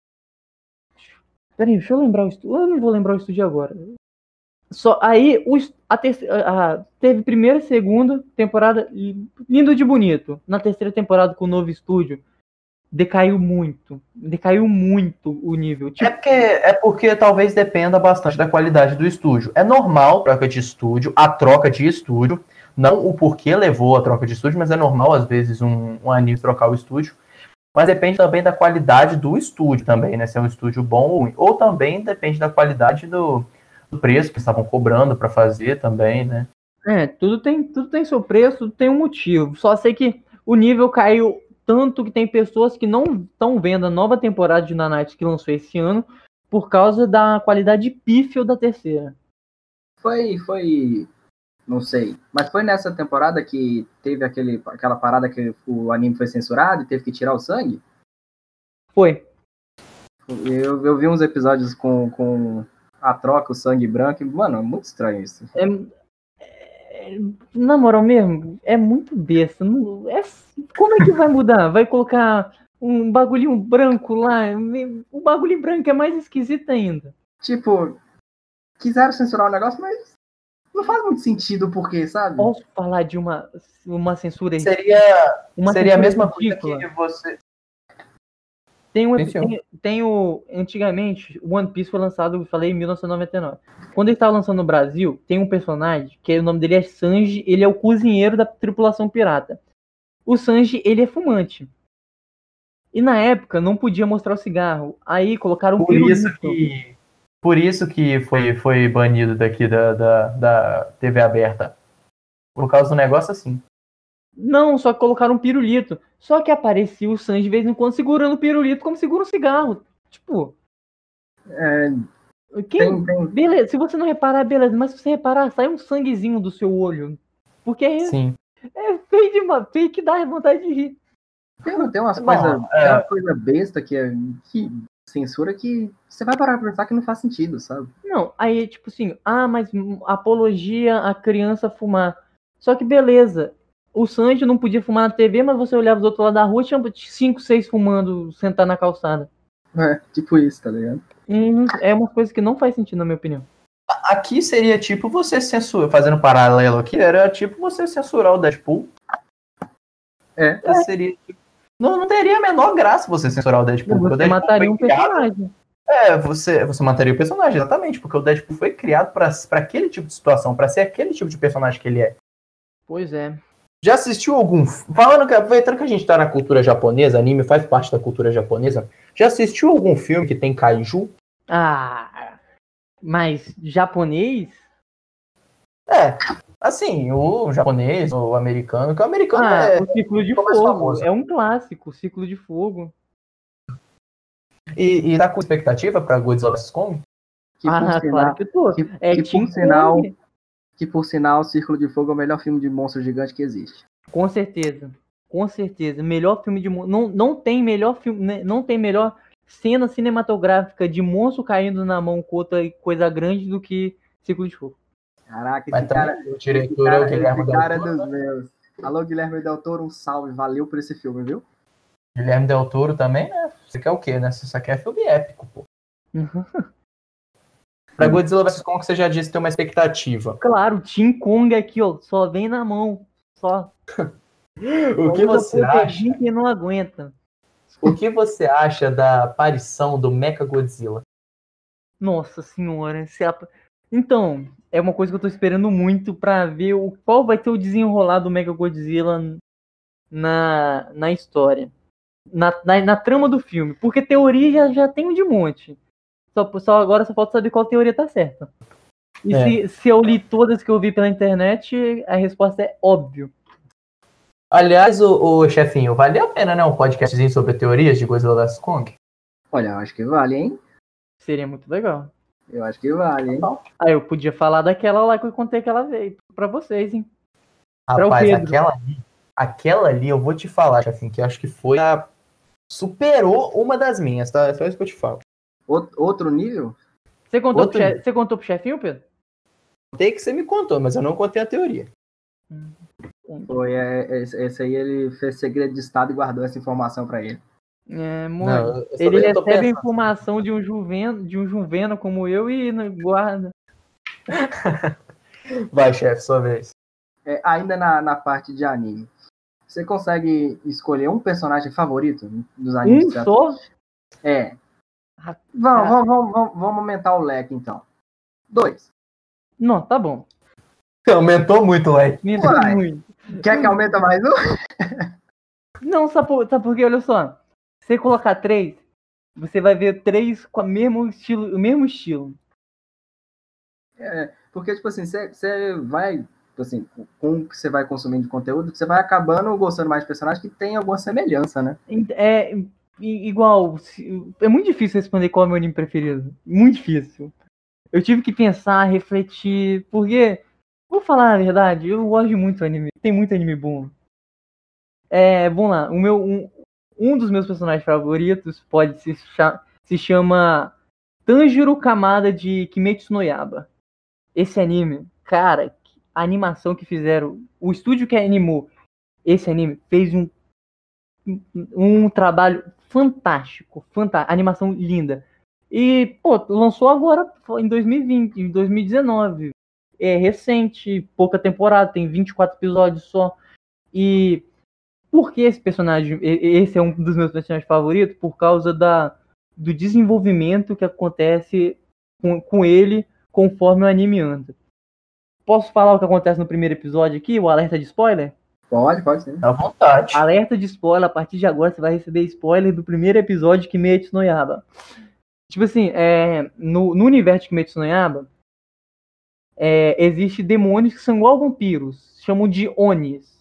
Peraí, deixa eu lembrar o estúdio. Eu não vou lembrar o estúdio agora. Só, aí o, es- a terceira, a- teve primeira e segunda temporada lindo de bonito. Na terceira temporada com o novo estúdio, decaiu muito. Decaiu muito o nível. É Tipo, porque, é porque talvez dependa bastante da qualidade do estúdio. É normal a troca de estúdio, a troca de estúdio, não o porquê levou a troca de estúdio, mas é normal às vezes um, um anime trocar o estúdio. Mas depende também da qualidade do estúdio também, né? Se é um estúdio bom ou ruim. Ou também depende da qualidade do, do preço que estavam cobrando para fazer também, né? É, tudo tem, tudo tem seu preço, tudo tem um motivo. Só sei que o nível caiu tanto que tem pessoas que não estão vendo a nova temporada de Nanatsu que lançou esse ano por causa da qualidade pífia da terceira. Foi, foi, não sei, mas foi nessa temporada que teve aquele, aquela parada que o anime foi censurado e teve que tirar o sangue? Foi. Eu, eu vi uns episódios com, com a troca, o sangue branco, e, mano, é muito estranho isso. É, é, na moral mesmo, é muito besta. Não, é, como é que vai mudar? Vai colocar um bagulhinho branco lá? O bagulho branco é mais esquisito ainda. Tipo, quiseram censurar o negócio, mas não faz muito sentido porque, sabe? Posso falar de uma, uma censura Seria, uma seria a censura mesma ridícula. coisa que você... Tem um, Sim, senhor. tem, tem o. Antigamente, o One Piece foi lançado, eu falei, em mil novecentos e noventa e nove. Quando ele estava lançando no Brasil, tem um personagem que o nome dele é Sanji, ele é o cozinheiro da tripulação pirata. O Sanji, ele é fumante. E na época não podia mostrar o cigarro. Aí colocaram um Por isso pirulito. que, por isso que foi, foi banido daqui da, da, da T V aberta. Por causa do negócio assim. Não, só que colocaram um pirulito. Só que aparecia o Sanji de vez em quando segurando o pirulito como segura um cigarro. Tipo, É, quem... tem, tem, beleza, se você não reparar, beleza, mas se você reparar, sai um sanguezinho do seu olho. Porque é, Sim. é feio demais, feio que dá vontade de rir. tem, tem umas Bom, coisas, é. tem uma coisa besta que é que censura que você vai parar pra pensar que não faz sentido, sabe? Não, aí tipo assim, ah, mas apologia a criança fumar. Só que beleza, o Sanji não podia fumar na T V, mas você olhava do outro lado da rua, tinha cinco, seis fumando, sentado na calçada. É, tipo isso, tá ligado? Hum, é uma coisa que não faz sentido, na minha opinião. Aqui seria tipo você censurar, fazendo um paralelo aqui, era tipo você censurar o Deadpool. É. É. Seria, Não, não teria a menor graça você censurar o Deadpool. Você o Deadpool mataria um criado... personagem. É, você, você mataria o personagem, exatamente, porque o Deadpool foi criado pra, pra aquele tipo de situação, pra ser aquele tipo de personagem que ele é. Pois é. Já assistiu algum... Falando que, aproveitando que a gente tá na cultura japonesa, anime faz parte da cultura japonesa, já assistiu algum filme que tem kaiju? Ah, mas japonês? É, assim, o japonês, o americano, que o americano Ah, é... o Ciclo de mais Fogo. famoso. É um clássico, o Ciclo de Fogo. E, e tá com expectativa pra Godzilla versus. Kong? Que ah, por claro sinal, que tô. que, É que Team por sinal, Kong. que por sinal, Círculo de Fogo é o melhor filme de monstro gigante que existe. Com certeza. Com certeza. Melhor filme de monstro. Não, não tem melhor filme. né, Não tem melhor cena cinematográfica de monstro caindo na mão com outra coisa grande do que Ciclo de Fogo. Caraca, Mas esse cara, também o esse diretor é o cara, Guilherme esse Del cara é Toro, dos né? meus. Alô, Guilherme Del Toro, um salve. Valeu por esse filme, viu? Guilherme Del Toro também, né? Você quer o quê, né? Você só quer filme épico, pô. Pra Godzilla versus. Kong, você já disse que tem uma expectativa. Claro, Team Kong aqui, ó. Só vem na mão. Só. O que você acha? Que não aguenta. O que você acha da aparição do Mechagodzilla? Nossa senhora. Se a... Então, é uma coisa que eu tô esperando muito pra ver o... qual vai ter o desenrolar do Mechagodzilla na, na história. Na, na, na trama do filme. Porque teoria já, já tem um de monte. Só, só agora só falta saber qual teoria tá certa. E É. se, se eu li todas que eu vi pela internet, a resposta é óbvio. Aliás, o, o chefinho, vale a pena, né? Um podcastzinho sobre teorias de Godzilla versus. Kong? Olha, eu acho que vale, hein? Seria muito legal. Eu acho que vale, hein? Ah, eu podia falar daquela lá que eu contei aquela vez pra vocês, hein? Pra o Rapaz, Pedro. aquela ali, aquela ali, eu vou te falar, chefinho, que eu acho que foi a... superou uma das minhas, tá? É só isso que eu te falo. Outro nível? Você contou, Outro pro, che... nível. Você contou pro chefinho, Pedro? Contei que você me contou, mas eu não contei a teoria. Foi, é, esse, esse aí ele fez segredo de estado e guardou essa informação pra ele. É, Não, mano. eu só- Ele eu tô recebe pensando. informação de um juveno, de um juveno como eu e não guarda. Vai, chefe, sua vez. É, ainda na, na parte de anime, você consegue escolher um personagem favorito dos animes? Um que você só? assiste? É. Ah, Vamos, vamos, vamos, vamos, vamos aumentar o leque, então. Dois. Não, tá bom. Aumentou muito, Leque. Me Uai. muito. Quer que aumente mais um? Não, sabe por, sabe por quê? Olha só. Se você colocar três, você vai ver três com o mesmo estilo. O mesmo estilo. É, porque, tipo assim, você, você vai, assim, com o que você vai consumindo de conteúdo, você vai acabando gostando mais de personagens que tem alguma semelhança, né? É i- igual. se- É muito difícil responder qual é o meu anime preferido. Muito difícil. Eu tive que pensar, refletir. Porque, vou falar a verdade, eu gosto de muito anime. Tem muito anime bom. É, vamos lá. O meu, um, um dos meus personagens favoritos pode se, cha- se chama Tanjiro Kamada de Kimetsu no Yaiba. Esse anime, cara, a animação que fizeram, o estúdio que animou esse anime fez um, um trabalho fantástico, fantástico, animação linda. E, pô, lançou agora em dois mil e vinte, em dois mil e dezenove. É recente, pouca temporada, tem vinte e quatro episódios só. E por que esse personagem, esse é um dos meus personagens favoritos? Por causa da, do desenvolvimento que acontece com, com ele conforme o anime anda. Posso falar o que acontece no primeiro episódio aqui? O alerta de spoiler? Pode, pode sim. À vontade. Alerta de spoiler, a partir de agora você vai receber spoiler do primeiro episódio de Kimetsu no Yaiba. Tipo assim, é, no, no universo de Kimetsu no Yaiba, é, existe demônios que são igual vampiros, chamam de Onis.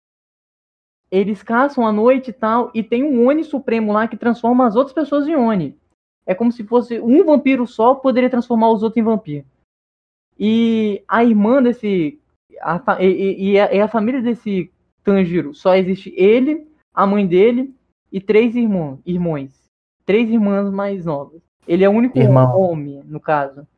Eles caçam à noite e tal, e tem um Oni supremo lá que transforma as outras pessoas em Oni. É como se fosse um vampiro só poderia transformar os outros em vampiro. E a irmã desse... A, e, e, a, e a família desse Tanjiro, só existe ele, a mãe dele e três irmãos, irmãos. Três irmãs mais novas. Ele é o único Irmão. homem, no caso.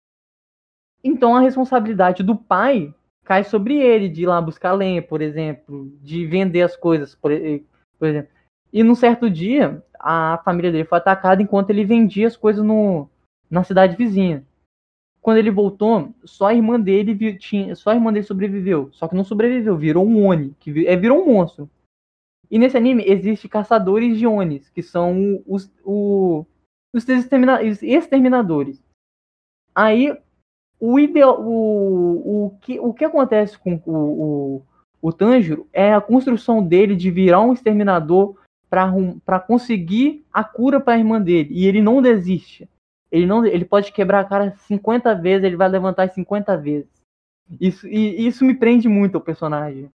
Então a responsabilidade do pai cai sobre ele, de ir lá buscar lenha, por exemplo, de vender as coisas, por, por exemplo. E num certo dia, a família dele foi atacada enquanto ele vendia as coisas no, na cidade vizinha. Quando ele voltou, só a irmã dele tinha, só a irmã dele sobreviveu. Só que não sobreviveu, virou um Oni, que é, virou um monstro. E nesse anime existe caçadores de Onis, que são os, o, os extermina- os exterminadores. Aí, o, ideal, o, o, que, o que acontece com o, o, o Tanjiro é a construção dele de virar um exterminador para conseguir a cura para a irmã dele. E ele não desiste. Ele, não, ele pode quebrar a cara cinquenta vezes, ele vai levantar cinquenta vezes. Isso, e isso me prende muito ao personagem.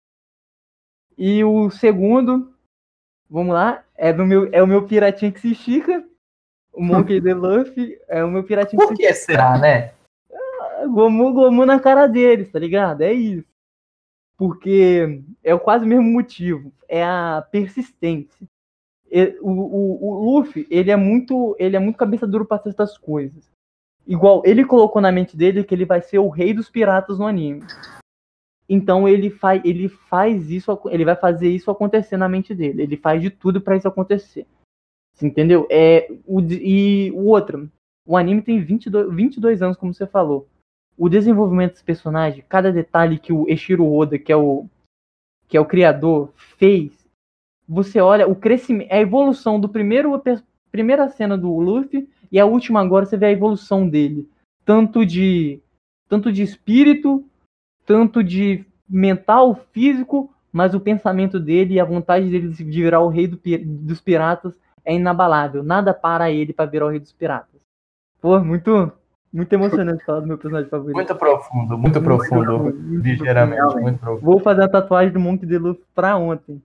E o segundo, vamos lá, é, do meu, é o meu piratinho que se estica. O Monkey D. Luffy é o meu piratinho Por que será, né? Gomu, Gomu na cara deles, tá ligado? É isso. Porque é o quase o mesmo motivo. É a persistência. O, o, o Luffy, ele é muito ele é muito cabeça dura pra certas coisas. Igual, ele colocou na mente dele que ele vai ser o rei dos piratas no anime. Então ele faz, ele faz isso, ele vai fazer isso acontecer na mente dele. Ele faz de tudo pra isso acontecer. Você entendeu? É, o, e o outro, o anime tem vinte e dois, vinte e dois anos, como você falou. O desenvolvimento dos personagens, cada detalhe que o Eiichiro Oda, que é o, que é o criador, fez, você olha o crescimento, a evolução do primeiro, primeira cena do Luffy e a última agora, você vê a evolução dele. Tanto de, tanto de espírito, tanto de mental, físico, mas o pensamento dele e a vontade dele de virar o rei do, dos piratas é inabalável. Nada para ele para virar o rei dos piratas. Pô, muito, muito emocionante falar do meu personagem favorito. Muito profundo, muito, muito profundo, profundo muito ligeiramente, profundo, muito profundo. Vou fazer a tatuagem do Monkey D. Luffy pra ontem.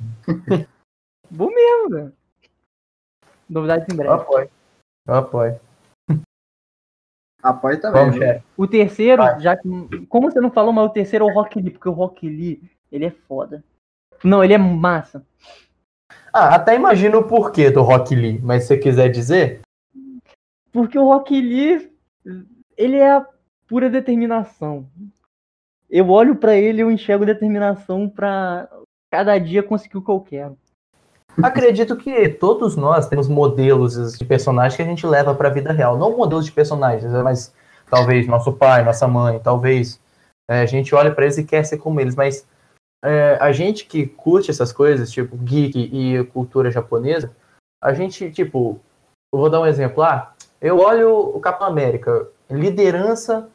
Vou mesmo, velho. Novidades em breve. Apoio. Apoio. Apoio também. Vamos, chefe. O terceiro, Vai. já que. Como você não falou, mas o terceiro é o Rock Lee, porque o Rock Lee, ele é foda. Não, ele é massa. Ah, até imagino o porquê do Rock Lee, mas se você quiser dizer. Porque o Rock Lee, ele é a pura determinação. Eu olho pra ele e eu enxergo determinação pra cada dia conseguir o que eu quero. Acredito que todos nós temos modelos de personagens que a gente leva para a vida real. Não modelos de personagens, mas talvez nosso pai, nossa mãe, talvez é, a gente olha para eles e quer ser como eles. Mas é, a gente que curte essas coisas, tipo geek e cultura japonesa, a gente, tipo, eu vou dar um exemplo. Ah, eu olho o Capitão América, liderança,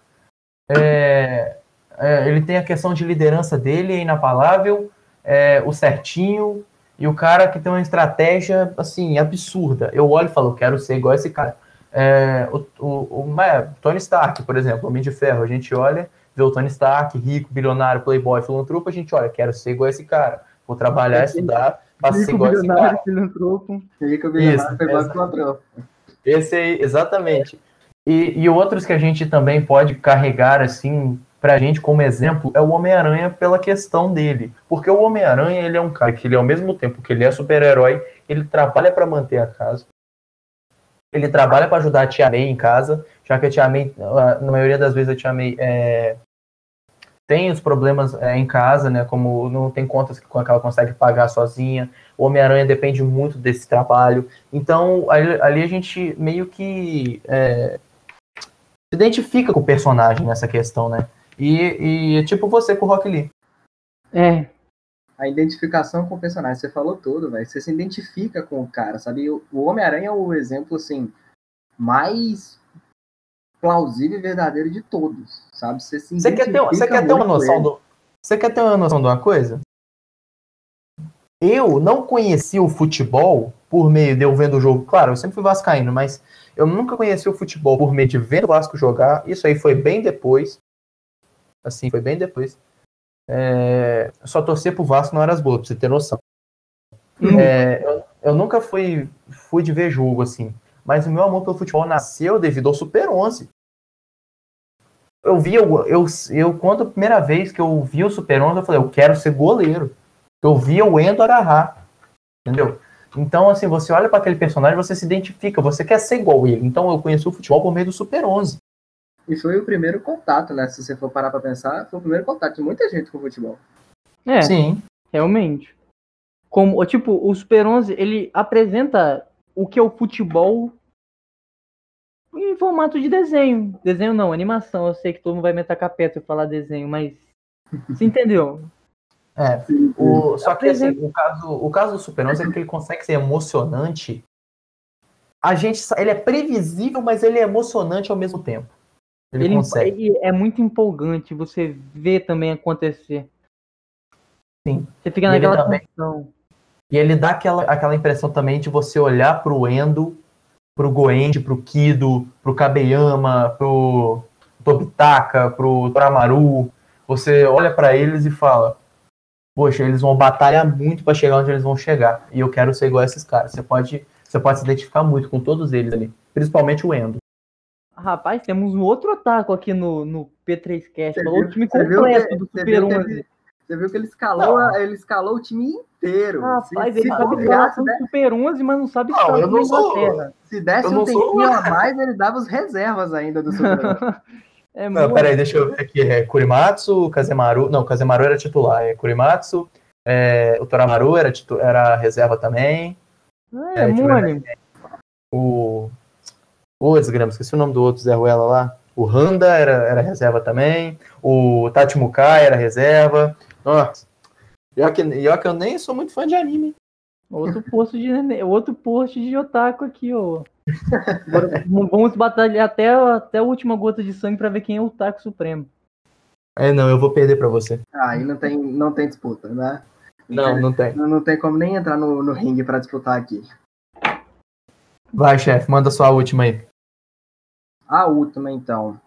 é, é, ele tem a questão de liderança dele, é inabalável, é, o certinho. E o cara que tem uma estratégia, assim, absurda. Eu olho e falo, eu quero ser igual a esse cara. É, o, o, o é, Tony Stark, por exemplo, Homem de Ferro. A gente olha, vê o Tony Stark, rico, bilionário, playboy, filantropo. A gente olha, quero ser igual a esse cara. Vou trabalhar, estudar, para ser igual a esse cara. Filantropo. Rico, bilionário, playboy, filantropo. Esse aí, exatamente. E, e outros que a gente também pode carregar, assim, pra gente como exemplo, é o Homem-Aranha pela questão dele. Porque o Homem-Aranha, ele é um cara que ele, ao mesmo tempo que ele é super-herói, ele trabalha para manter a casa. Ele trabalha para ajudar a Tia May em casa, já que a Tia May, na maioria das vezes, a Tia May é, tem os problemas é, em casa, né? Como não tem contas que ela consegue pagar sozinha. O Homem-Aranha depende muito desse trabalho. Então, ali, ali a gente meio que é, se identifica com o personagem nessa questão, né? E, e tipo você com o Rock Lee. É. A identificação com o personagem, você falou tudo, velho. Você se identifica com o cara, sabe? O Homem-Aranha é o exemplo, assim, mais plausível e verdadeiro de todos, sabe? Você se Você quer ter, você quer ter uma noção do, Você quer ter uma noção de uma coisa? Eu não conheci o futebol por meio de eu vendo o jogo. Claro, eu sempre fui vascaíno, mas eu nunca conheci o futebol por meio de vendo o Vasco jogar. Isso aí foi bem depois. Assim, foi bem depois. É, só torcer pro Vasco não era as boas, pra você ter noção. Uhum. É, eu, eu nunca fui, fui de ver jogo, assim. Mas o meu amor pelo futebol nasceu devido ao Super onze. Eu vi, eu, eu, eu quando a primeira vez que eu vi o Super onze, eu falei, eu quero ser goleiro. Eu via o Endo agarrar. Entendeu? Então, assim, você olha para aquele personagem, você se identifica, você quer ser igual ele. Então, eu conheci o futebol por meio do Super onze. E foi o primeiro contato, né? Se você for parar pra pensar, foi o primeiro contato de muita gente com o futebol. É, sim, realmente. Como, tipo, o Super onze, ele apresenta o que é o futebol em formato de desenho. Desenho não, animação. Eu sei que todo mundo vai me atacar perto e falar desenho, mas você entendeu? É, o, só que assim, o caso, o caso do Super onze é que ele consegue ser emocionante. A gente, ele é previsível, mas ele é emocionante ao mesmo tempo. Ele, Ele, consegue. ele é muito empolgante, você vê também acontecer. Sim. Você fica E ele naquela também- tensão. E ele dá aquela, aquela impressão também de você olhar pro Endo, pro Goenji, pro Kido, pro Kabeyama, pro Tobitaka, pro Toramaru. Você olha pra eles e fala: poxa, eles vão batalhar muito pra chegar onde eles vão chegar. E eu quero ser igual a esses caras. Você pode, você pode se identificar muito com todos eles ali. Principalmente o Endo. Rapaz, temos um outro otaku aqui no, no P três Cast. Você Falou viu- o time você viu completo que- do você Super viu que onze. ele- Você viu que ele escalou, Não. ele escalou o time inteiro. Rapaz, se, ele se sabe bobeasse, escalação né? do Super onze, mas não sabe Não, escalação eu da não sou- Inglaterra. Se desse Eu um não sou- tempinho a mais, ele dava os reservas ainda do Super onze. É Não, muito. peraí, deixa eu ver aqui. É Kurimatsu, Kazemaru. Não, Kazemaru era titular. É Kurimatsu. É, o Toramaru era, titu... era reserva também. É, É, mole. O. Ô, desgrama, esqueci o nome do outro Zé Ruela lá. O Handa era, era reserva também. O Tachimukai era reserva. Nossa. Pior que, pior que eu nem sou muito fã de anime. Outro posto de outro post de otaku aqui, ó. Agora, vamos batalhar até, até a última gota de sangue pra ver quem é o otaku supremo. É, não, eu vou perder pra você. Aí não tem, não tem disputa, né? Não, não tem. Não, não tem como nem entrar no, no ringue pra disputar aqui. Vai, chefe, manda sua última aí. A última, então.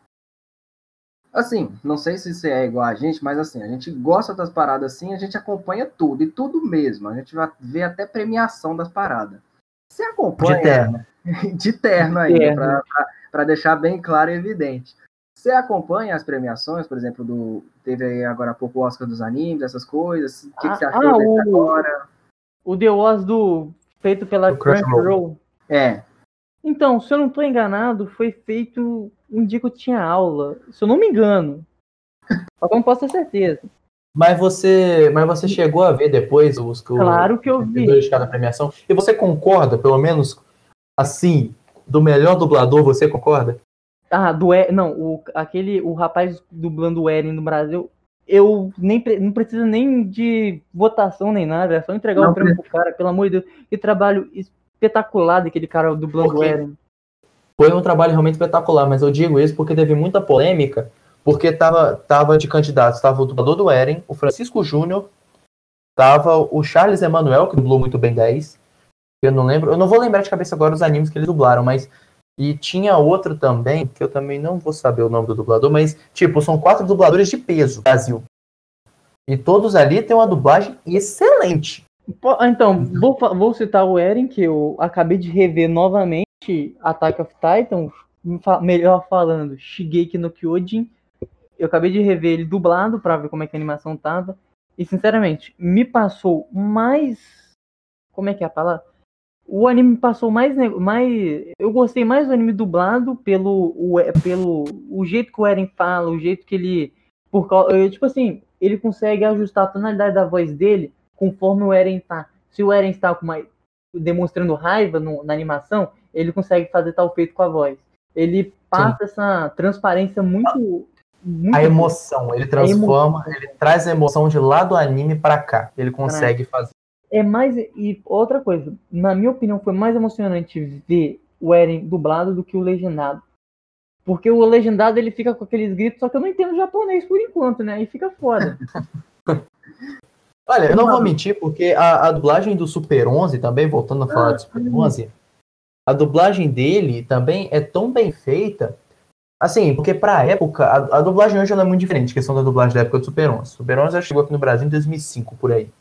Assim, não sei se você é igual a gente, mas assim, a gente gosta das paradas assim, a gente acompanha tudo, e tudo mesmo. A gente vai ver até premiação das paradas. Você acompanha... De terno. De terno De ainda, terno. para deixar bem claro e evidente. Você acompanha as premiações, por exemplo, do teve aí agora há pouco o Oscar dos animes, essas coisas? O que, que você Ah, achou ah, desse o- agora? O The Oz do feito pela O Crunchyroll. Crunchyroll. É, Então, se eu não estou enganado, foi feito um dia que eu tinha aula. Se eu não me engano. Só que eu não posso ter certeza. Mas você, mas você chegou a ver depois os, os Claro que eu vi. vencedores de cada premiação? E você concorda, pelo menos assim, do melhor dublador, você concorda? Ah, do E- não, o, aquele, o rapaz dublando o Eren no Brasil, eu nem pre- não precisa nem de votação nem nada, é só entregar Não o prêmio pro cara, pelo amor de Deus. Que trabalho espetacular daquele cara dublando o Por quê? Eren. Foi um trabalho realmente espetacular, mas eu digo isso porque teve muita polêmica, porque tava, tava de candidatos, tava o dublador do Eren, o Francisco Júnior, tava o Charles Emanuel, que dublou muito bem dez, eu não lembro, eu não vou lembrar de cabeça agora os animes que eles dublaram, mas e tinha outro também, que eu também não vou saber o nome do dublador, mas tipo, são quatro dubladores de peso no Brasil. E todos ali têm uma dublagem excelente. Pô, Então, vou, fa- vou citar o Eren, que eu acabei de rever novamente Attack of Titan, fa- melhor falando, Shigeki no Kyojin. Eu acabei de rever ele dublado pra ver como é que a animação tava. E, sinceramente, me passou mais... Como é que é a palavra? O anime me passou mais, ne- mais... Eu gostei mais do anime dublado pelo o, pelo o jeito que o Eren fala, o jeito que ele... Por, cau- eu, tipo assim, ele consegue ajustar a tonalidade da voz dele conforme o Eren tá. Se o Eren está com uma, demonstrando raiva no, na animação, ele consegue fazer tal feito com a voz. Ele passa essa transparência muito... muito A emoção, ele transforma, ele traz a emoção de lá do anime pra cá. Ele consegue fazer. É mais. E outra coisa, na minha opinião, foi mais emocionante ver o Eren dublado do que o legendado. Porque o legendado ele fica com aqueles gritos, só que eu não entendo japonês por enquanto, né? Aí fica foda. Olha, eu não vou mentir, porque a, a dublagem do Super onze, também, voltando a falar do Super onze, a dublagem dele também é tão bem feita, assim, porque pra época, a, a dublagem hoje ela é muito diferente, a questão da dublagem da época do Super onze. Super onze já chegou aqui no Brasil em dois mil e cinco, por aí.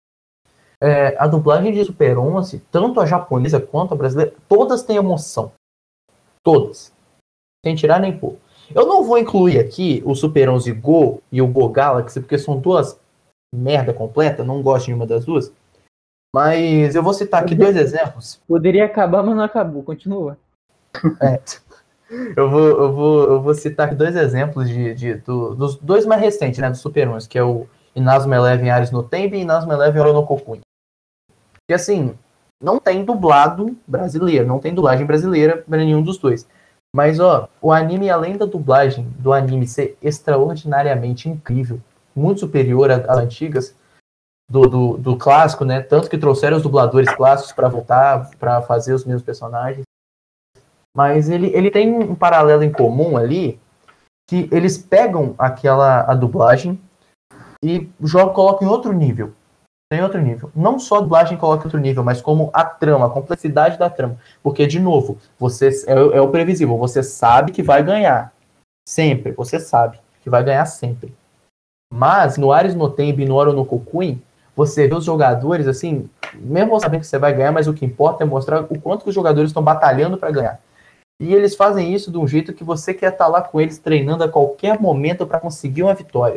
É, a dublagem de Super onze, tanto a japonesa quanto a brasileira, todas têm emoção. Todas. Sem tirar nem pôr. Eu não vou incluir aqui o Super onze Go e o Go Galaxy, porque são duas merda completa, não gosto de nenhuma das duas. Mas eu vou citar aqui dois exemplos. Poderia acabar, mas não acabou. Continua. É. Eu vou, eu vou, eu vou citar aqui dois exemplos de, de, do, dos dois mais recentes, né, do Super onze, que é o Inazuma Eleven Ares no Tembi e Inazuma Eleven Oro no Kokui. E assim, não tem dublado brasileiro, não tem dublagem brasileira para nenhum dos dois. Mas, ó, o anime, além da dublagem do anime ser extraordinariamente incrível, muito superior às antigas, do, do, do clássico, né? Tanto que trouxeram os dubladores clássicos para voltar, para fazer os mesmos personagens. Mas ele, ele tem um paralelo em comum ali, que eles pegam aquela a dublagem e jogam, colocam em outro nível. Em outro nível. Não só a dublagem coloca em outro nível, mas como a trama, a complexidade da trama. Porque, de novo, você é, é o previsível. Você sabe que vai ganhar. Sempre. Você sabe que vai ganhar sempre. Mas, no Ares no Tempo e no Oro no Kokui, você vê os jogadores, assim, mesmo sabendo que você vai ganhar, mas o que importa é mostrar o quanto que os jogadores estão batalhando para ganhar. E eles fazem isso de um jeito que você quer estar lá com eles, treinando a qualquer momento para conseguir uma vitória.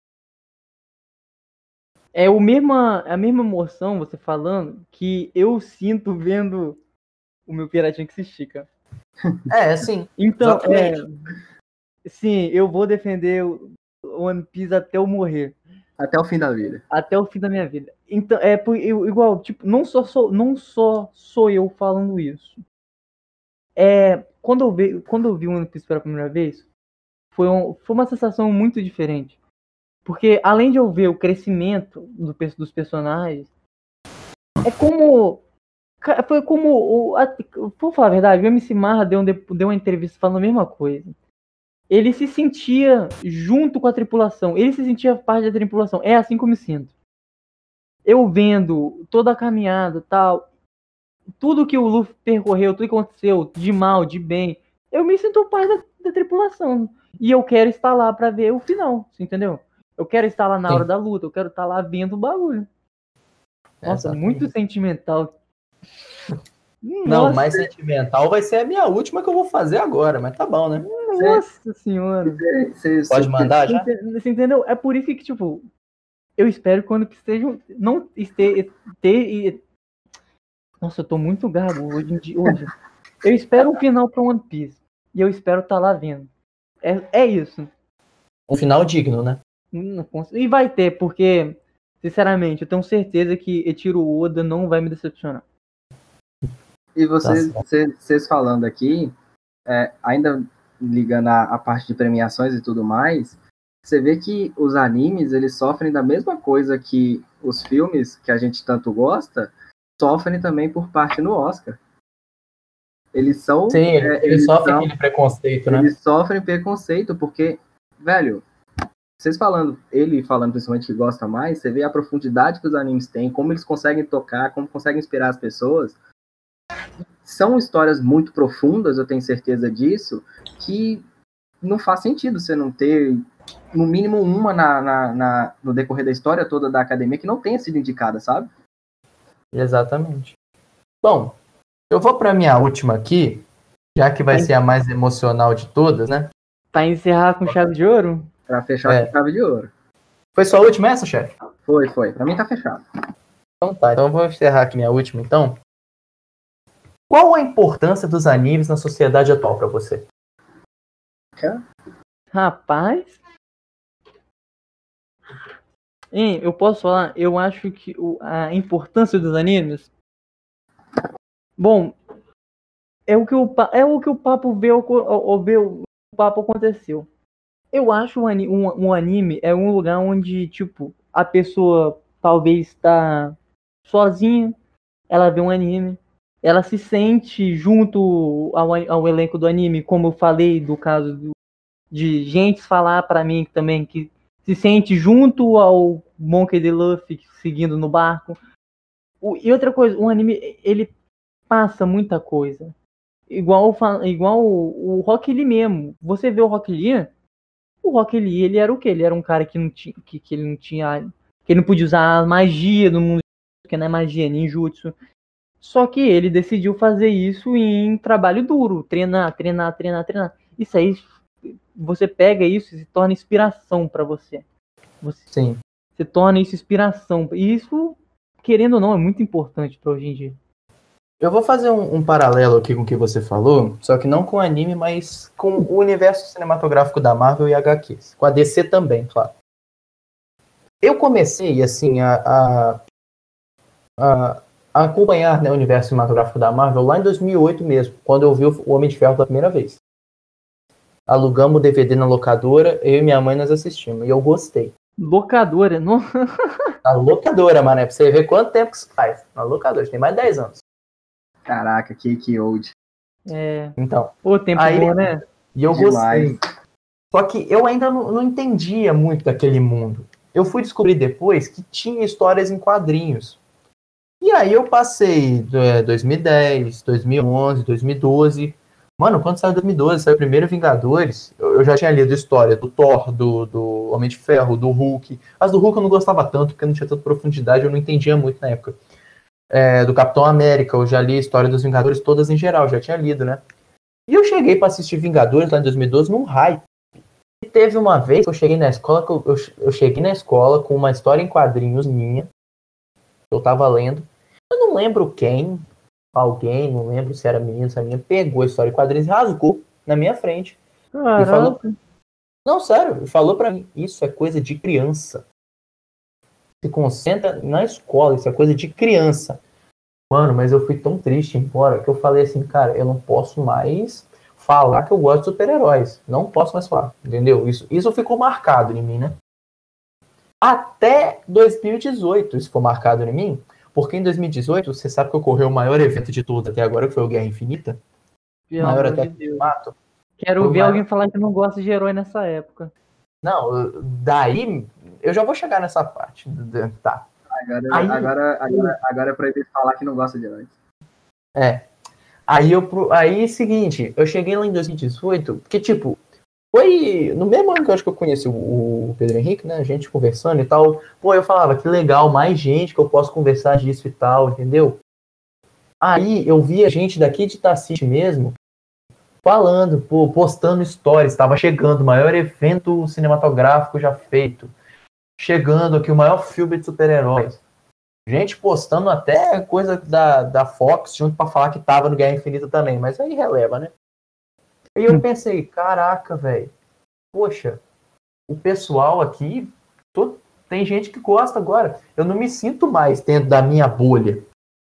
É o mesma, a mesma emoção, você falando, que eu sinto vendo o meu piratinho que se estica. É, sim. Então, é, sim, eu vou defender o One Piece até eu morrer. Até o fim da vida. Até o fim da minha vida. Então, é por- eu- igual, tipo, não só sou, não só sou eu falando isso. É, quando eu vi, quando eu vi o One Piece pela primeira vez, foi, um, foi uma sensação muito diferente. Porque além de eu ver o crescimento do, pe- dos personagens, é como. ca- Foi como. O, a, vou falar a verdade, o M C Marra deu, um, de- deu uma entrevista falando a mesma coisa. Ele se sentia junto com a tripulação. Ele se sentia parte da tripulação. É assim que eu me sinto. Eu vendo toda a caminhada, tal, tudo que o Luffy percorreu, tudo que aconteceu, de mal, de bem, eu me sinto parte da, da tripulação. E eu quero estar lá pra ver o final, você entendeu? Eu quero estar lá na Sim. hora da luta, eu quero estar lá vendo o bagulho. Nossa, Exatamente. muito sentimental. Não, Nossa, mais sentimental vai ser a minha última que eu vou fazer agora, mas tá bom, né? nossa senhora. Cê- cê- Pode cê- mandar já? Você entendeu? É por isso que, tipo, eu espero que quando que estejam. Não este, ter. Nossa, eu tô muito gago hoje em dia. Hoje. Eu espero um final pra One Piece. E eu espero estar lá vendo. É, é isso. Um final digno, né? Não cons- E vai ter, porque, sinceramente, eu tenho certeza que Eiichiro Oda não vai me decepcionar. E vocês, Tá vocês, vocês falando aqui, é, ainda ligando a, a parte de premiações e tudo mais, você vê que os animes, eles sofrem da mesma coisa que os filmes, que a gente tanto gosta, sofrem também por parte no Oscar. Eles são... Sim, ele, é, ele eles sofre são- aquele preconceito, né? eles sofrem preconceito, porque, velho, vocês falando, ele falando principalmente que gosta mais, você vê a profundidade que os animes têm, como eles conseguem tocar, como conseguem inspirar as pessoas. São histórias muito profundas, eu tenho certeza disso, que não faz sentido você não ter, no mínimo, uma na, na, na- no decorrer da história toda da academia que não tenha sido indicada, sabe? Exatamente. Bom, eu vou pra minha última aqui, já que vai Vai. ser a mais emocional de todas, né? Pra encerrar com chave de ouro? Pra fechar É. com chave de ouro. Foi sua última essa, chefe? Foi, foi. Pra mim tá fechado. Então tá, então eu vou encerrar aqui minha última, então. Qual a importância dos animes na sociedade atual pra você? Rapaz. Hein, eu posso falar? Eu acho que o- a importância dos animes. Bom, é o que o, pa- é o, que o papo vê, o, o, o, vê o papo aconteceu. Eu acho um, ani- um, um anime é um lugar onde, tipo, a pessoa talvez está sozinha, ela vê um anime, ela se sente junto ao, ao elenco do anime, como eu falei do caso do, de gente falar pra mim também que se sente junto ao Monkey D. Luffy seguindo no barco. O- e outra coisa, um anime, ele passa muita coisa. Igual, fa- igual o, o Rock Lee mesmo. Você vê o Rock Lee, o Rock Lee, ele era o quê? Ele era um cara que não tinha, que, que ele não tinha, que ele não podia usar magia no mundo, porque não é magia, é ninjutsu. Só que ele decidiu fazer isso em trabalho duro, treinar, treinar, treinar, treinar. Isso aí, você pega isso e se torna inspiração pra você. Você Sim. se torna isso inspiração. E isso, querendo ou não, é muito importante pra hoje em dia. Eu vou fazer um, um paralelo aqui com o que você falou, só que não com anime, mas com o universo cinematográfico da Marvel e H Qs. Com a D C também, claro. Eu comecei, assim, a, a, a, a acompanhar, né, o universo cinematográfico da Marvel lá em dois mil e oito mesmo, quando eu vi o Homem de Ferro pela primeira vez. Alugamos o D V D na locadora, eu e minha mãe nós assistimos, e eu gostei. Locadora, não. Na locadora, mano. É pra você ver quanto tempo que isso faz. Na locadora, tem mais de dez anos. Caraca, que old. É. Então. Pô, tempo aí, bom, né? E eu Demais. gostei. Só que eu ainda não, não entendia muito daquele mundo. Eu fui descobrir depois que tinha histórias em quadrinhos. E aí eu passei é, dois mil e dez, dois mil e onze, dois mil e doze. Mano, quando saiu dois mil e doze, saiu o primeiro Vingadores, eu, eu já tinha lido história do Thor, do, do Homem de Ferro, do Hulk. As do Hulk eu não gostava tanto, porque não tinha tanta profundidade, eu não entendia muito na época. É, do Capitão América, eu já li a história dos Vingadores todas em geral, já tinha lido, né? E eu cheguei pra assistir Vingadores lá em dois mil e doze num hype. E teve uma vez que eu cheguei na escola, que eu, eu, eu cheguei na escola com uma história em quadrinhos minha, que eu tava lendo. Eu não lembro quem, alguém, não lembro se era menino, se era menina, pegou a história em quadrinhos e rasgou na minha frente. Caraca. E falou, não, sério, falou pra mim, isso é coisa de criança. Se concentra na escola, isso é coisa de criança. Mano, mas eu fui tão triste embora que eu falei assim, cara, eu não posso mais falar que eu gosto de super-heróis. Não posso mais falar, entendeu? Isso, isso ficou marcado em mim, né? Até dois mil e dezoito isso ficou marcado em mim, porque em dois mil e dezoito, você sabe que ocorreu o maior evento de todos até agora, que foi o Guerra Infinita. Pelo Maior amor até de que Deus. mato. Quero Foi ver maior... alguém falar que não gosta de herói nessa época. Não, daí eu já vou chegar nessa parte. Tá. Agora, Aí, agora, agora, agora é proibido falar que não gosta de heróis. É. Aí, eu, aí, seguinte, eu cheguei lá em dois mil e dezoito, porque, tipo, foi no mesmo ano que eu acho que eu conheci o, o Pedro Henrique, né? A gente conversando e tal. Pô, eu falava, que legal, mais gente que eu posso conversar disso e tal, entendeu? Aí eu via gente daqui de Tacite mesmo, falando, pô, postando stories, estava chegando o maior evento cinematográfico já feito. Chegando aqui o maior filme de super-heróis. Gente postando até coisa da, da Fox junto para falar que tava no Guerra Infinita também, mas aí releva, né? E eu pensei, caraca, velho, poxa, o pessoal aqui, todo, tem gente que gosta agora. Eu não me sinto mais dentro da minha bolha.